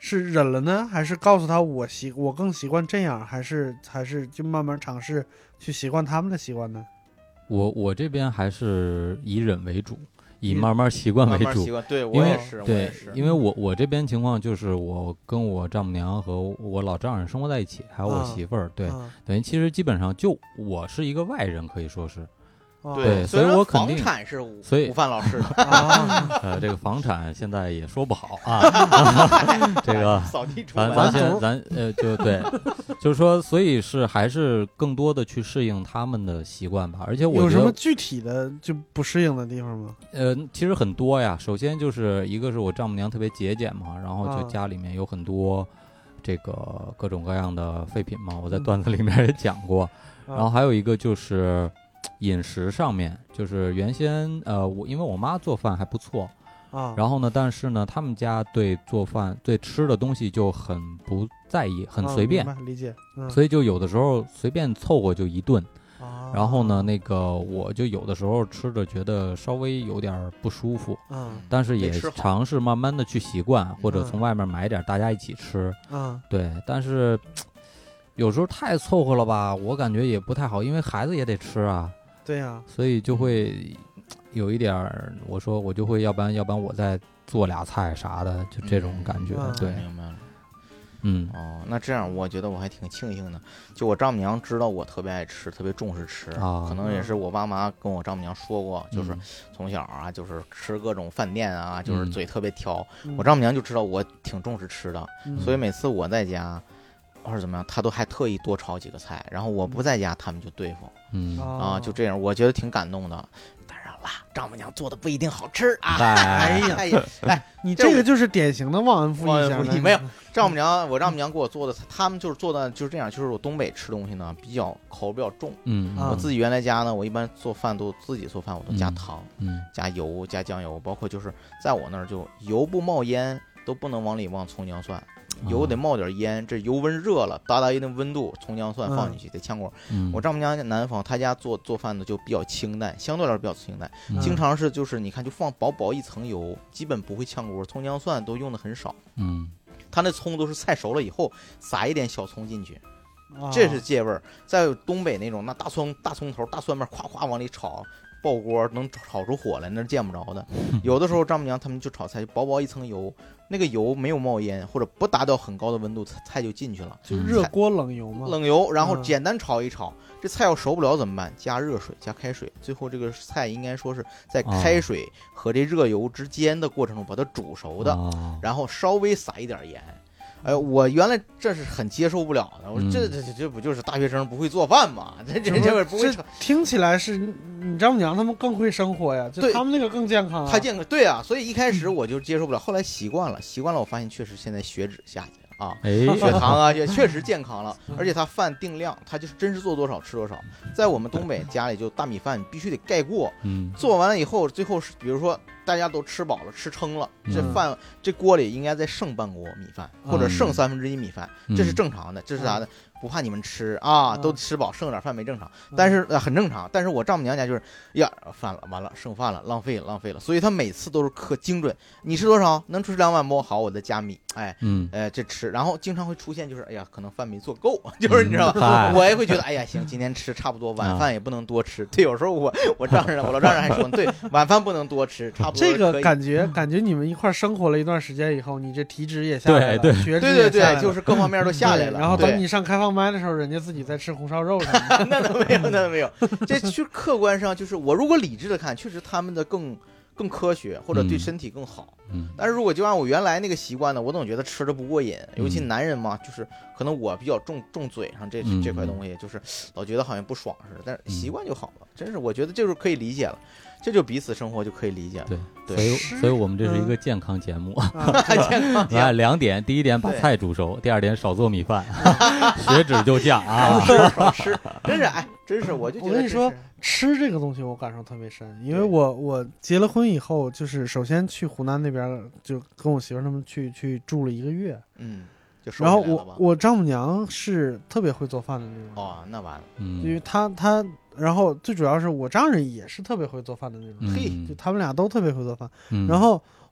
是忍了呢，还是告诉他我习我更习惯这样，还是还是就慢慢尝试去习惯他们的习惯呢？ 我我这边还是以忍为主，以慢慢习惯为主。 慢慢习惯，对我因为也是，我对也是， 因为我我这边情况就是我跟我丈母娘和我老丈人生活在一起，还有我啊媳妇儿，对， 啊等于其实基本上就我是一个外人，可以说是。 啊对所以虽然我肯定房产是吴所以吴范老师的， 啊呃，这个房产现在也说不好啊，这个扫地出咱门总咱先咱呃就对，就是说，所以是还是更多的去适应他们的习惯吧。而且我有觉得， 什么具体的就不适应的地方吗？ 呃，其实很多呀。首先就是一个是我丈母娘特别节俭嘛，然后就啊家里面有很多这个各种各样的废品嘛，我在嗯段子里面也讲过。 啊然后还有一个就是饮食上面，就是原先呃我因为我妈做饭还不错。 啊， 然后呢，但是呢，他们家对做饭、对吃的东西就很不在意，很随便， 啊明白理解，嗯， 所以就有的时候随便凑合就一顿。 啊然后呢，那个我就有的时候吃着觉得稍微有点不舒服， 嗯但是也得吃好尝试慢慢的去习惯，或者嗯从外面买点大家一起吃。 嗯对，但是有时候太凑合了吧，我感觉也不太好，因为孩子也得吃啊， 对呀， 所以就会有一点儿，我说我就会，要不然要不然我再做俩菜啥的，就这种感觉。 嗯对， 明白了。 嗯哦，那这样我觉得我还挺庆幸的，就我丈母娘知道我特别爱吃，特别重视吃， 啊可能也是我爸妈跟我丈母娘说过，就是嗯从小啊，就是吃各种饭店啊，就是嗯嘴特别挑。 嗯我丈母娘就知道我挺重视吃的， 嗯所以每次我在家或者怎么样，她都还特意多炒几个菜，然后我不在家，他们就对付嗯啊，就这样，我觉得挺感动的。当然啦，丈母娘做的不一定好吃啊。 哎呀哎呀，哎， 你这个就是典型的忘恩负义忘恩型的， 负义没有丈母娘，我丈母娘给我做的，他们就是做的就是这样，就是我东北吃东西呢比较口味比较重。 嗯啊我自己原来家呢，我一般做饭都自己做饭，我都加嗯糖、 嗯加油、加酱油，包括就是在我那儿就油不冒烟，都不能往里往葱姜蒜，油得冒点烟，这油温热了，达到一定温度，葱姜蒜放进去，得炝锅。 嗯， 我丈母娘南方，她家做做饭的就比较清淡，相对来说比较清淡， 嗯经常是就是你看就放薄薄一层油，基本不会炝锅，葱姜蒜都用的很少。 嗯它那葱都是菜熟了以后撒一点小葱进去， 啊这是借味儿。在东北那种那大葱大葱头大蒜面咵咵往里炒，爆锅能炒出火来，那是见不着的。有的时候丈母娘他们就炒菜，就薄薄一层油，那个油没有冒烟，或者不达到很高的温度，菜菜就进去了。 就热锅冷油嘛， 冷油，然后嗯简单炒一炒，这菜要熟不了怎么办？加热水，加开水，最后这个菜应该说是在开水和这热油之间的过程中把它煮熟的， 哦然后稍微撒一点盐。哎，我原来这是很接受不了的，我说嗯这这这这不就是大学生不会做饭吗？这这这这不会这听起来是你你丈母娘他们更会生活呀，就对他们那个更健康啊， 他健康，对啊，所以一开始我就接受不了，后来习惯了，习惯了，我发现确实现在血脂下去了啊。 哎血糖啊，也确实健康了，而且他饭定量，他就是真是做多少吃多少。在我们东北家里，就大米饭你必须得盖过， 嗯做完了以后，最后是比如说大家都吃饱了，吃撑了，这嗯饭这锅里应该再剩半锅米饭，或者剩三分之一米饭， 嗯这是正常的，这是啥呢？不怕你们吃啊， 嗯都吃饱剩点饭没正常，但是呃很正常。但是我丈母娘家就是呀，饭了完了剩饭了，浪费了浪费了，所以她每次都是可精准，你吃多少能吃两碗不？好，我再加米，哎。 嗯呃，这吃，然后经常会出现就是，哎呀，可能饭没做够，就是你知道嗯吧？ 嗨我也会觉得，哎呀，行，今天吃差不多，晚啊饭也不能多吃。对，有时候我我丈人，我老丈人还说，对，晚饭不能多吃，差不多这个可以感觉，感觉你们一块儿生活了一段时间以后，你这体脂也下来了， 对对血脂对对对， 也下来了就是各方面都下来了。 对然后等对你上开放麦的时候，人家自己在吃红烧肉什么的。 那倒没有，那倒没有。这就是客观上，就是我如果理智的看，确实他们的更更科学，或者对嗯身体更好。 嗯但是如果就按我原来那个习惯呢，我总觉得吃的不过瘾，尤其嗯男人嘛，就是可能我比较重重嘴上这嗯这块东西，就是老觉得好像不爽似的。但是习惯就好了，真是我觉得就是可以理解了，这就彼此生活就可以理解了。 对， 对所以是所以我们这是一嗯个健康节目。 啊对吧健康来两点，第一点把对菜煮熟，第二点少做米饭，血脂就降啊。 吃少吃，真是哎，真是我就觉得我跟你说真是吃这个东西我感受特别深，因为我我结了婚以后，就是首先去湖南那边，就跟我媳妇儿他们去去住了一个月， 嗯，就瘦然后起来了吧我我丈母娘是特别会做饭的那种， 哦，那完了， 嗯， 因为她她，然后最主要是我丈人也是特别会做饭的那种， 嘿嗯就他们俩都特别会做饭， 嗯然后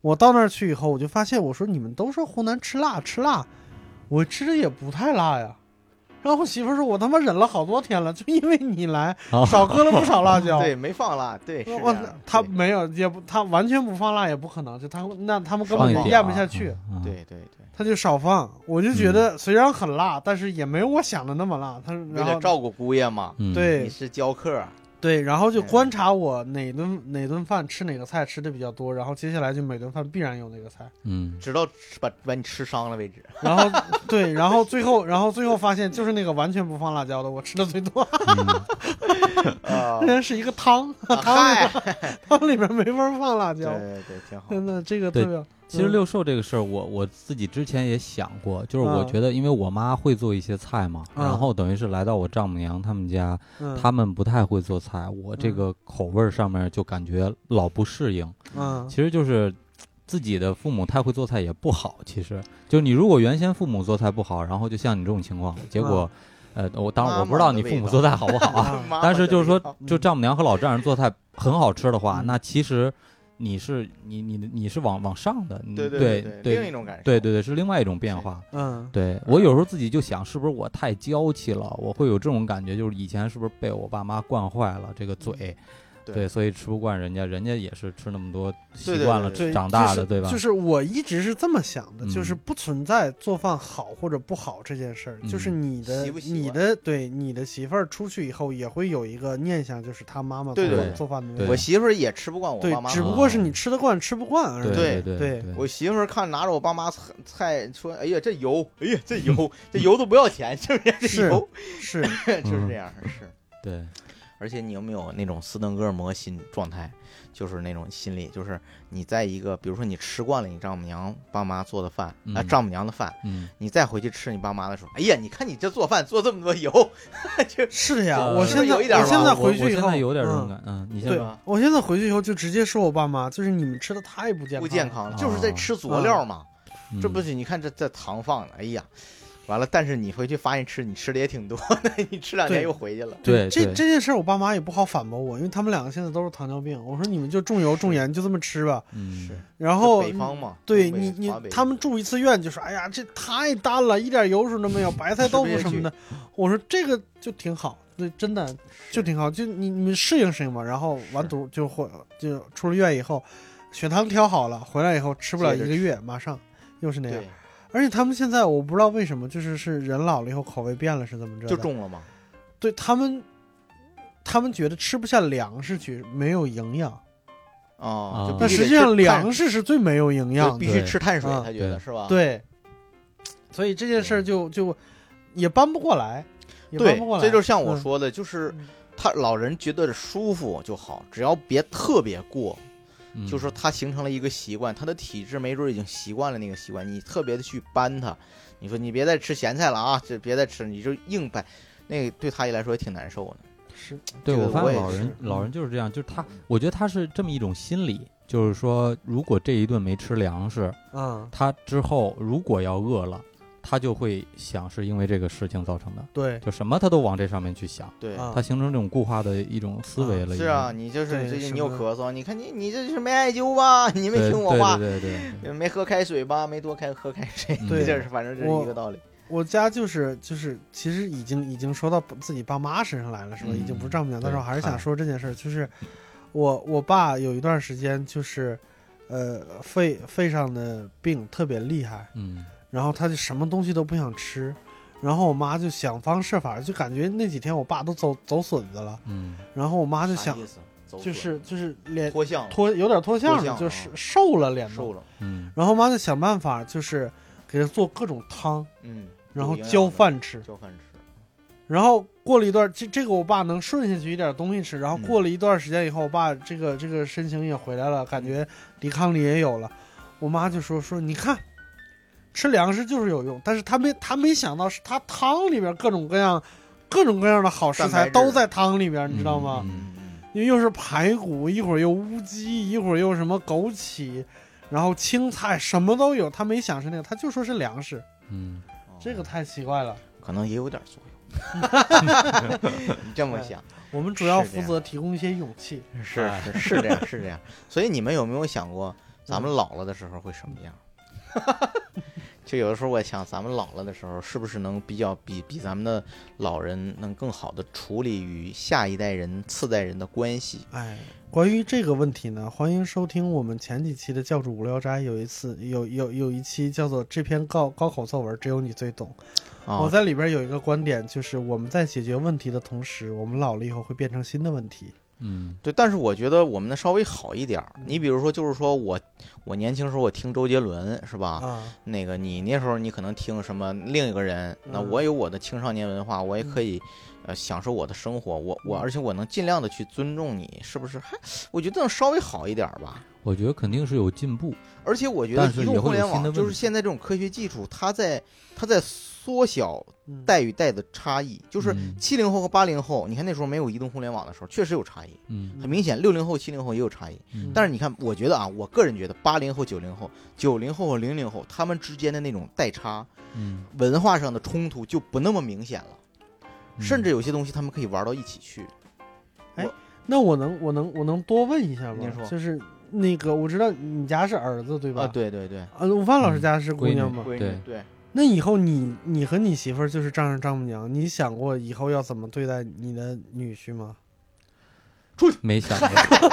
我到那儿去以后，我就发现，我说你们都说湖南吃辣吃辣，我吃的也不太辣呀。然后我媳妇说：“我他妈忍了好多天了，就因为你来，少搁了不少辣椒。” 对，没放辣，对，是我他没有，也不，他完全不放辣也不可能，就他那他们根本咽不下去。 嗯、 对对对， 他就少放。我就觉得虽然很辣，嗯、但是也没有我想的那么辣。他为了照顾姑爷嘛， 对， 你是教课。 对，然后就观察我哪顿哪顿饭吃哪个菜吃的比较多，然后接下来就每顿饭必然有那个菜， 嗯， 直到把把你吃伤了为止。 然后对，然后最后然后最后发现就是那个完全不放辣椒的，我吃的最多。嗯、那是一个汤，汤里边汤里边没法放辣椒。 对对，挺好。 真的，这个特别。 其实六兽这个事儿，我我自己之前也想过，就是我觉得，因为我妈会做一些菜嘛， 嗯、 然后等于是来到我丈母娘他们家， 嗯、 他们不太会做菜，我这个口味上面就感觉老不适应。 嗯， 其实就是自己的父母太会做菜也不好，其实就是你如果原先父母做菜不好，然后就像你这种情况，结果。嗯呃，我当然我不知道你父母做菜好不好啊，但是就是说，就丈母娘和老丈人做菜很好吃的话， 嗯、 那其实你是你你你是往往上的， 对对对对，另一种感受， 对对对，是另外一种变化。 嗯， 对我有时候自己就想，是不是我太娇气了？我会有这种感觉，就是以前是不是被我爸妈惯坏了这个嘴？对, 对，所以吃不惯人家，人家也是吃那么多习惯了对对对长大的， 就是、 对吧？ 就是我一直是这么想的， 嗯、 就是不存在做饭好或者不好这件事儿， 嗯、 就是你的习不习你的对你的媳妇儿出去以后也会有一个念想，就是她妈妈对对做饭的。 我媳妇儿也吃不惯我爸妈， 对，只不过是你吃得惯吃不惯而已。 对对对， 我媳妇儿看拿着我爸妈菜说：“哎呀，这油，哎呀，这油，这油都不要钱，是不是？这油是就是这样，是。” 对。 而且你有没有那种斯德哥尔摩心状态，就是那种心理，就是你在一个，比如说你吃惯了你丈母娘爸妈做的饭，啊、 嗯呃，丈母娘的饭， 嗯， 你再回去吃你爸妈的时候，哎呀，你看你这做饭做这么多油， 就是的呀。 呃、 我现在有一点我现在回去以后， 我现在有点这种感，嗯，你对吧？我现在回去以后就直接说我爸妈，就是你们吃的太不健康， 不健康了，就是在吃佐料嘛， 嗯、 这不是？你看这这糖放的，哎呀。完了，但是你回去发现吃你吃的也挺多的，你吃两天又回去了。 对， 这这件事我爸妈也不好反驳我，因为他们两个现在都是糖尿病。我说你们就重油重盐就这么吃吧。 嗯，是。 然后北方嘛， 对你你他们住一次院就说，哎呀这太淡了，一点油水都没有，白菜豆腐什么的。我说这个就挺好，对，真的就挺好，就你你们适应适应嘛。然后完犊就会就出了院以后，血糖调好了，回来以后吃不了一个月，马上又是那样。而且他们现在我不知道为什么，就是是人老了以后口味变了，是怎么着？ 就重了吗？ 对他们，他们觉得吃不下粮食去，没有营养。 哦， 但实际上粮食是最没有营养的， 必须吃碳水，他觉得是吧？ 对。所以这件事就就也搬不过来，也对， 搬不过来。 这就像我说的，就是他老人觉得舒服就好，只要别特别过。 嗯、 就是说他形成了一个习惯，他的体质没准已经习惯了那个习惯，你特别的去搬他，你说你别再吃咸菜了啊，这别再吃，你就硬掰，那个对他来说也挺难受的。 是， 对，我发现老人人老人就是这样，就是他，我觉得他是这么一种心理，就是说，如果这一顿没吃粮食， 嗯， 他之后如果要饿了。他就会想是因为这个事情造成的， 对， 就什么他都往这上面去想， 对， 他形成这种固化的一种思维了。 是啊，你就是最近你有咳嗽，你看你你这是没艾灸吧？你没听我话， 对对对， 没喝开水吧？没多开喝开水， 对， 这是反正这是一个道理。 我家就是就是，其实已经已经说到自己爸妈身上来了，是吧？已经不是丈母娘，但是我还是想说这件事，就是我我爸有一段时间就是呃肺肺上的病特别厉害， 嗯。 然后他就什么东西都不想吃，然后我妈就想方设法，就感觉那几天我爸都走走损子了， 嗯， 然后我妈就想，就是就是脸脱相脱有点脱相了，就是瘦了脸瘦了， 嗯， 然后我妈就想办法，就是给他做各种汤， 嗯， 然后浇饭吃， 浇饭吃， 然后过了一段，这这个我爸能顺下去一点东西吃，然后过了一段时间以后，我爸这个这个身形也回来了，感觉抵抗力也有了，我妈就说说你看。吃粮食就是有用，但是他没他没想到是他汤里边各种各样各种各样的好食材都在汤里边，你知道吗？ 嗯因为又是排骨，一会儿又乌鸡，一会儿又什么枸杞，然后青菜什么都有，他没想是那个，他就说是粮食。 嗯， 这个太奇怪了， 可能也有点作用。你这么想， 我们主要负责提供一些勇气。 是是是这样是这样。所以你们有没有想过？ 咱们老了的时候会什么样？就有的时候我想，咱们老了的时候，是不是能比较比比咱们的老人能更好的处理与下一代人、次代人的关系？ 哎，关于这个问题呢，欢迎收听我们前几期的教主无聊斋，有一次有有有一期叫做这篇高高考作文只有你最懂。 啊、 我在里边有一个观点，就是我们在解决问题的同时，我们老了以后会变成新的问题。 嗯， 对，但是我觉得我们的稍微好一点。你比如说，就是说我我年轻时候我听周杰伦是吧？ 啊， 那个你那时候你可能听什么另一个人，那我有我的青少年文化，我也可以呃享受我的生活，我我而且我能尽量的去尊重你，是不是？还我觉得能稍微好一点吧。 我觉得肯定是有进步， 而且我觉得移动互联网就是现在这种科学技术，它在它在缩小代与代的差异。就是七零后和八零后，你看那时候没有移动互联网的时候，确实有差异， 嗯， 很明显。六零后、七零后也有差异， 嗯、 但是你看，我觉得啊，我个人觉得八零后、九零后、九零后和零零后他们之间的那种代差， 嗯， 文化上的冲突就不那么明显了， 嗯、 甚至有些东西他们可以玩到一起去。 哎，那我能我能我能多问一下吗？ 您说， 就是那个我知道你家是儿子对吧？ 啊，对对对。 啊，吴帆老师家是姑娘吗？ 闺女，对对。 那以后你你和你媳妇儿就是丈人丈母娘，你想过以后要怎么对待你的女婿吗？ 出去， 没想过，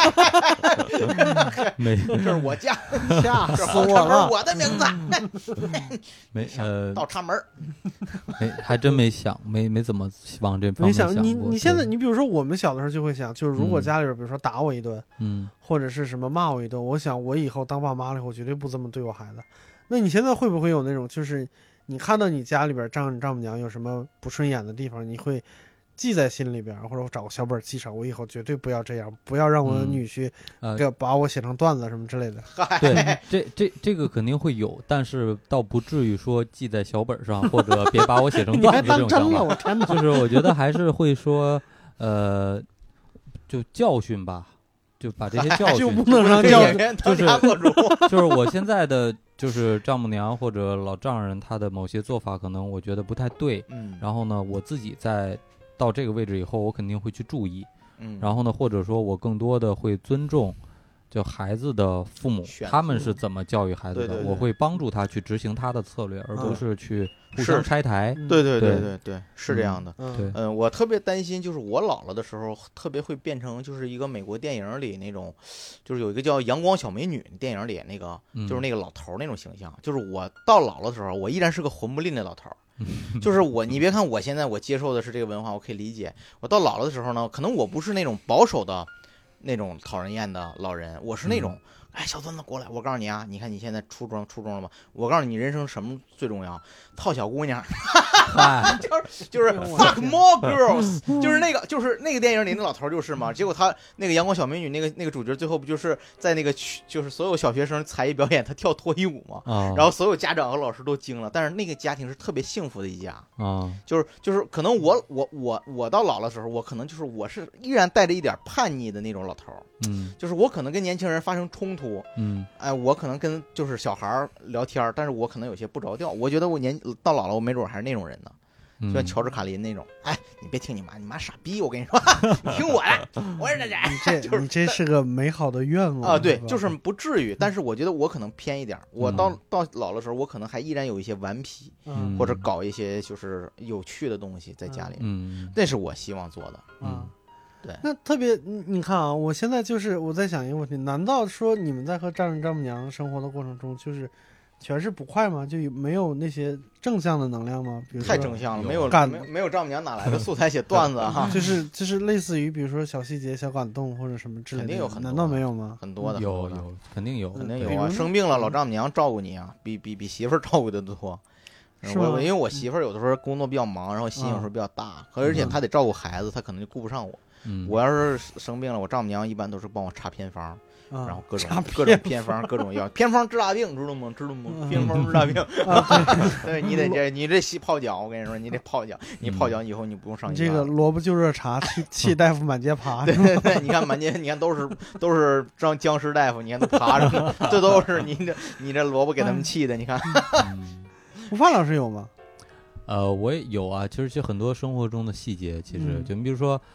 没， 这是我家， 吓死我了， 我的名字， 没呃， 倒插门， 没，还真没想，没没怎么往这方没面想过。 你你现在你比如说我们小的时候就会想，就是如果家里边比如说打我一顿， 嗯， 或者是什么骂我一顿，我想我以后当爸妈了以后绝对不这么对我孩子。那你现在会不会有那种就是你看到你家里边丈人丈母娘有什么不顺眼的地方，你会记在心里边，或者我找个小本记上，我以后绝对不要这样，不要让我的女婿给把我写成段子什么之类的。 呃、对，这这这个肯定会有，但是倒不至于说记在小本上，或者别把我写成段子这种想法。 我天哪！ 就是我觉得还是会说，呃，就教训吧，就把这些教训就不能让教训， 就是就是我现在的。就是丈母娘或者老丈人，他的某些做法可能我觉得不太对， 嗯， 然后呢，我自己在到这个位置以后，我肯定会去注意， 嗯， 然后呢，或者说我更多的会尊重，就孩子的父母，他们是怎么教育孩子的， 对对对， 我会帮助他去执行他的策略，而不是去互相拆台。 对对对对对对，是这样的。 对， 嗯，我特别担心，就是我老了的时候，特别会变成就是一个美国电影里那种，就是有一个叫《阳光小美女》电影里那个，就是那个老头那种形象。就是我到老了的时候，我依然是个混不吝的老头。就是我，你别看我现在我接受的是这个文化，我可以理解。我到老了的时候呢，可能我不是那种保守的。那种讨人厌的老人，我是那种，嗯、哎，小孙子过来，我告诉你啊，你看你现在初中初中了吗？我告诉你，人生什么最重要？套小姑娘，就是就是 fuck more girls， 就是那个就是那个电影里那老头就是嘛。结果他那个阳光小美女那个那个主角最后不就是在那个就是所有小学生才艺表演他跳脱衣舞嘛， 哦、 然后所有家长和老师都惊了，但是那个家庭是特别幸福的一家啊， 哦、 就是就是可能我我我我到老的时候，我可能就是我是依然带着一点叛逆的那种。老头， 嗯， 就是我可能跟年轻人发生冲突， 嗯， 哎，我可能跟就是小孩聊天，但是我可能有些不着调。我觉得我年到老了，我没准还是那种人呢，就像乔治卡林那种。哎，你别听你妈，你妈傻逼，我跟你说，你听我的，我是这你这、就是、你这是个美好的愿望啊，对，就是不至于。但是我觉得我可能偏一点，我到、嗯、到老的时候，我可能还依然有一些顽皮， 嗯、 或者搞一些就是有趣的东西在家里， 嗯， 那是我希望做的， 嗯。 对， 那特别你你看啊，我现在就是我在想一个问题，难道说你们在和丈人丈母娘生活的过程中，就是全是不快吗？就没有那些正向的能量吗？比如太正向了，没有感没有没有丈母娘哪来的素材写段子哈？ 就是就是类似于比如说小细节、小感动或者什么之类的， 肯定有很多， 难道没有吗？ 很多的， 有有肯定有， 肯定有啊！生病了，老丈母娘照顾你啊，比比比媳妇儿照顾的多。我因为我媳妇儿有的时候工作比较忙，然后心有时候比较大，而且她得照顾孩子，她可能就顾不上我。 嗯， 我要是生病了，我丈母娘一般都是帮我查偏方， 啊、 然后各种各种偏方，各种药，偏方治大病，知道吗？知道吗？偏方治大病，啊、对你得这，你这洗泡脚，我跟你说，你得泡脚，你泡脚以后你不用上医院。 这个萝卜就热茶，气气大夫满街爬。 对对对，你看满街，你看都是都是张僵尸大夫，你看都爬着呢，这都是你这你这萝卜给他们气的，你看。 吴范老师有吗？ 呃，我也有啊，其实就很多生活中的细节，其实、嗯、就你比如说。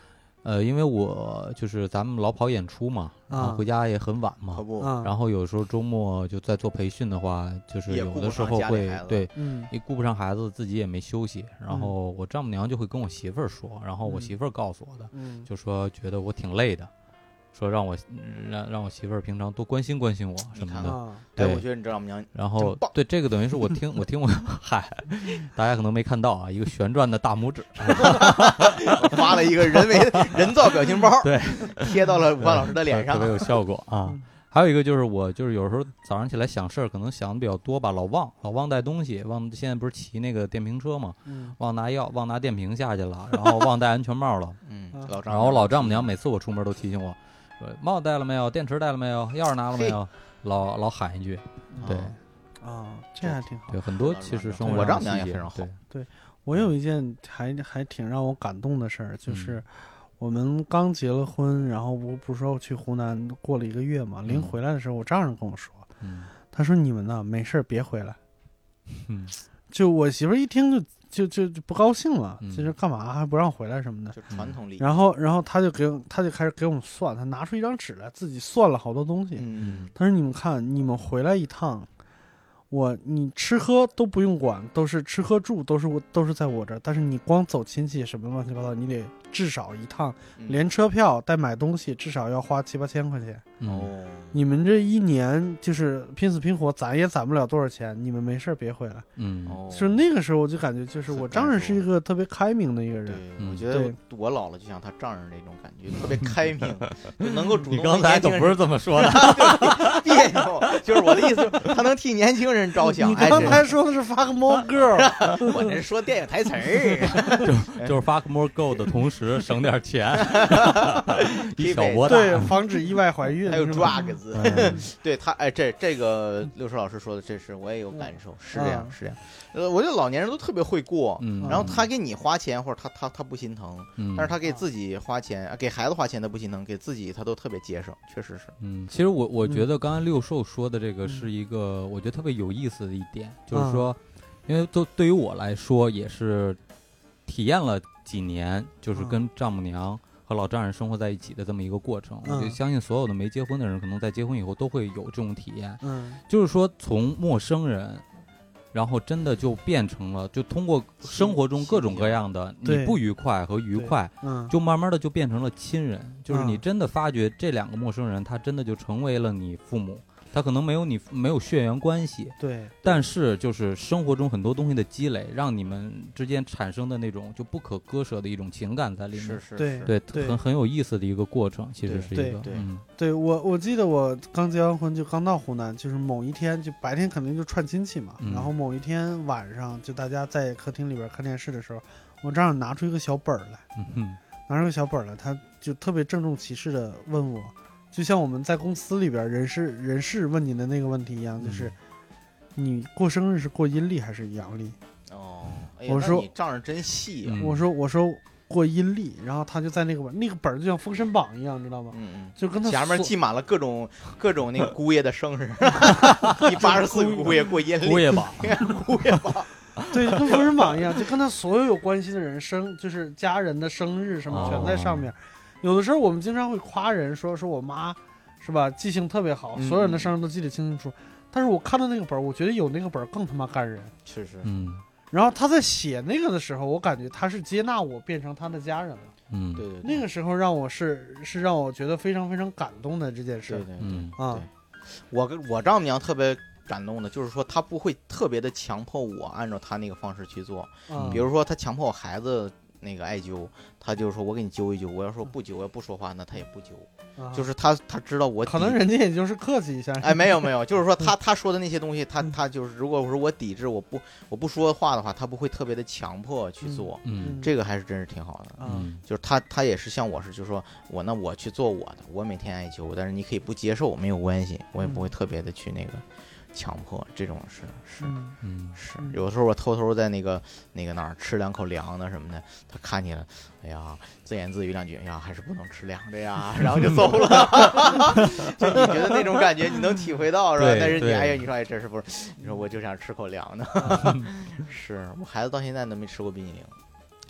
呃，因为我就是咱们老跑演出嘛，然后回家也很晚嘛， 可不， 啊， 然后有时候周末就在做培训的话，就是有的时候会对， 嗯， 一顾不上孩子，自己也没休息，然后我丈母娘就会跟我媳妇儿说，然后我媳妇儿告诉我的， 嗯， 就说觉得我挺累的，说让我让让我媳妇儿平常多关心关心我什么的。 啊， 对， 对我觉得你丈母娘然后对这个等于是我听我听我嗨，大家可能没看到啊，一个旋转的大拇指， 发了一个人为人造表情包， 对， 贴到了吴凡老师的脸上， 特别有效果啊。 嗯还有一个就是我就是有时候早上起来想事儿，可能想的比较多吧，老忘老忘带东西，忘现在不是骑那个电瓶车嘛， 嗯， 忘拿药忘拿电瓶下去了，然后忘戴安全帽了。 嗯啊， 老丈然后老丈母娘每次我出门都提醒我，说帽子戴了没有，电池带了没有，钥匙拿了没有，老老喊一句。对啊，这还挺好。 对，很多其实生活我丈母娘上的细节也非常好对， 我有一件还还挺让我感动的事儿，就是我们刚结了婚，然后我不是说去湖南过了一个月嘛，临回来的时候，我丈人跟我说， 嗯他说你们呢没事儿别回来。 嗯就我媳妇儿一听就就就就不高兴了， 嗯就是干嘛还不让回来什么的。 就传统礼仪， 然后然后他就给我他就开始给我们算，他拿出一张纸来，自己算了好多东西。 嗯他说你们看，你们回来一趟，我你吃喝都不用管，都是吃喝住都是我都是在我这儿，但是你光走亲戚什么乱七八糟，你得至少一趟嗯连车票带买东西至少要花七八千块钱。 嗯哦， 你们这一年就是拼死拼活攒也攒不了多少钱，你们没事儿别回来。 嗯哦， 就是那个时候我就感觉，就是我丈人是一个特别开明的一个人。 对， 嗯我觉得对我老了就像他丈人那种感觉，特别开明，就能够主动。 你刚才可不是这么说的， 别扭，就是我的意思，他能替年轻人着想。 你哎，这刚才说的是 fuck more girl， 我这是说电影台词儿， 就是 fuck more go 的同时省点钱，一小波对， 大。 防止意外怀孕。 还有是吧 drugs， 嗯对他，哎，这这个六叔老师说的，这是我也有感受，是这样， 嗯是这样。呃，我觉得老年人都特别会过， 嗯， 然后他给你花钱，或者他他他不心疼， 嗯， 但是他给自己花钱，啊给孩子花钱他不心疼，给自己他都特别节省，确实是。 嗯，其实我我觉嗯得刚才六兽说的这个嗯是一个我觉得特别有意思的一点，就是说，因为都对于我来说也是体验了几年，就是嗯跟丈母娘和老丈人生活在一起的这么一个过程。我就嗯相信所有的没结婚的人，可能在结婚以后都会有这种体验， 嗯就是说从陌生人。然后真的就变成了，就通过生活中各种各样的你对不愉快和愉快， 嗯， 就慢慢的就变成了亲人，就是你嗯真的发觉这两个陌生人，他真的就成为了你父母，他可能没有你没有血缘关系， 对， 但是就是生活中很多东西的积累，让你们之间产生的那种就不可割舍的一种情感在里面， 是是对是， 对， 对很很有意思的一个过程，其实是一个， 对对嗯对我我记得我刚结完婚就刚到湖南，就是某一天就白天肯定就串亲戚嘛， 嗯然后某一天晚上就大家在客厅里边看电视的时候，我丈人拿出一个小本儿来， 嗯哼拿出个小本儿来，他就特别郑重其事的问我，就像我们在公司里边人事人事问你的那个问题一样，就是你过生日是过阴历还是阳历？ 哦，哎呀那我说你丈人真细啊， 嗯我说我说过阴历，然后他就在那个本那个本儿就像封神榜一样，知道吗？ 嗯嗯。 就跟他前面所记满了各种各种那个姑爷的生日，第八十四个姑爷过阴历， 姑爷榜， 姑爷榜， 对，跟封神榜一样，就跟他所有有关系的人生，就是家人的生日什么全在上面。 哦有的时候我们经常会夸人说说我妈是吧，记性特别好， 嗯所有人的生日都记得清清楚楚。但是我看到那个本儿，我觉得有那个本儿更他妈感人。 是是， 嗯然后他在写那个的时候，我感觉他是接纳我变成他的家人了。 嗯， 对对，对那个时候让我是是让我觉得非常非常感动的这件事儿。 对对对嗯啊对，我跟我丈母娘特别感动的，就是说她不会特别的强迫我按照她那个方式去做， 啊比如说她强迫我孩子那个艾灸，她就说我给你灸一灸，我要说不灸，我要不说话，那她也不灸， 啊就是她她知道我可能抵人家也就是客气一下。 哎，没有没有，就是说他他说的那些东西，他他就是，如果我说我抵制，我不我不说话的话，他不会特别的强迫去做， 嗯这个还是真是挺好的。 啊嗯就是他他也是像我是，就是说我那我去做我的，我每天艾灸，但是你可以不接受没有关系，我也不会特别的去那个强迫，这种是是嗯嗯是嗯， 有的时候我偷偷在那个那个哪儿吃两口凉的什么的，他看见了，哎呀，自言自语两句，哎呀，还是不能吃凉的呀，然后就走了。就你觉得那种感觉，你能体会到是吧？ 对对但是你哎呀，你说哎，这是不是？你说我就想吃口凉的。是我孩子到现在都没吃过冰激凌。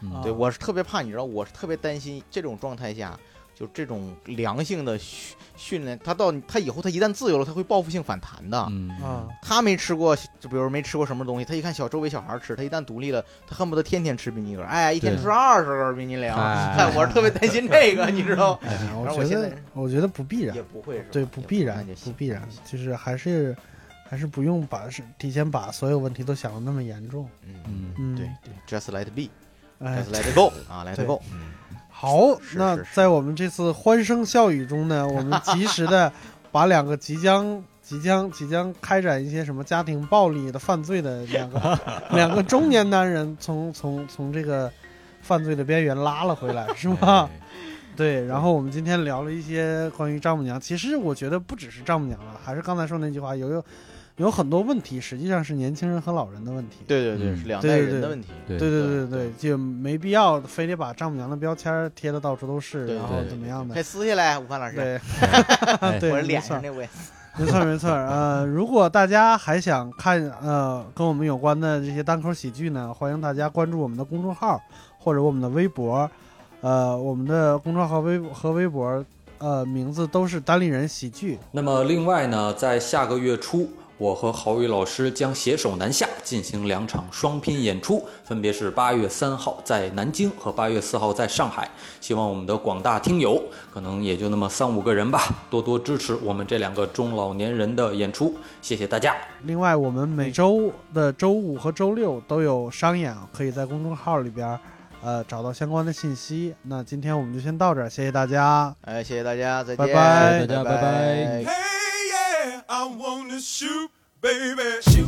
嗯对，我是特别怕，你知道，我是特别担心这种状态下，就这种良性的训训练，他到他以后他一旦自由了，他会报复性反弹的。 嗯啊， 他没吃过，就比如没吃过什么东西，他一看小周围小孩吃，他一旦独立了，他恨不得天天吃冰激凌，哎，一天吃二十根冰激凌。哎，我是特别担心这个，你知道？ 哎呀，我然后我现觉得在我觉得不必然也，不会是吧？ 对，不必然也， 不必然，就是还是还是不用把是提前把所有问题都想的那么严重。 嗯嗯嗯， 对对，just let it be，just 哎， let it go 啊，let 对 it go。 好， 是是是那在我们这次欢声笑语中呢，我们及时的把两个即将、即将、即将开展一些什么家庭暴力的犯罪的两个两个中年男人从从从这个犯罪的边缘拉了回来，是吧？ 哎对，然后我们今天聊了一些关于丈母娘，其实我觉得不只是丈母娘了，还是刚才说那句话，有有有很多问题实际上是年轻人和老人的问题。 对对对， 嗯是两代人的问题。 对对对对对对，就没必要非得把丈母娘的标签贴的到处都是， 对然后对怎么样的快？撕下来，吴凡老师， 对哎对， 我没错脸上那位。 没错没错。呃，如果大家还想看呃跟我们有关的这些单口喜剧呢，欢迎大家关注我们的公众号或者我们的微博。呃，我们的公众号微和微博，呃，名字都是单立人喜剧。 那么另外呢，在下个月初，我和郝宇老师将携手南下进行两场双拼演出，分别是八月三号在南京和八月四号在上海。希望我们的广大听友，可能也就那么三五个人吧，多多支持我们这两个中老年人的演出，谢谢大家。 另外，我们每周的周五和周六都有商演，可以在公众号里边。呃，找到相关的信息。那今天我们就先到这儿，谢谢大家。 哎，谢谢大家，再见， 拜拜谢谢大家拜拜 Hey, yeah, I wanna shoot, baby, shoot.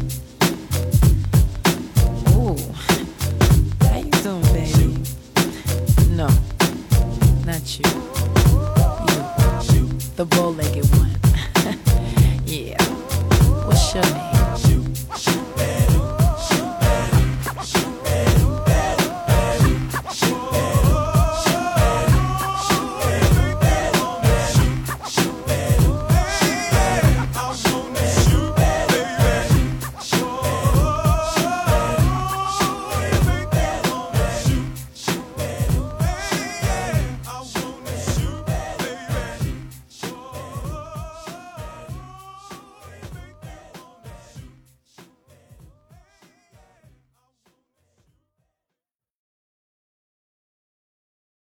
Ooh, how you doing, baby? No, not you. You, the bow-legged one.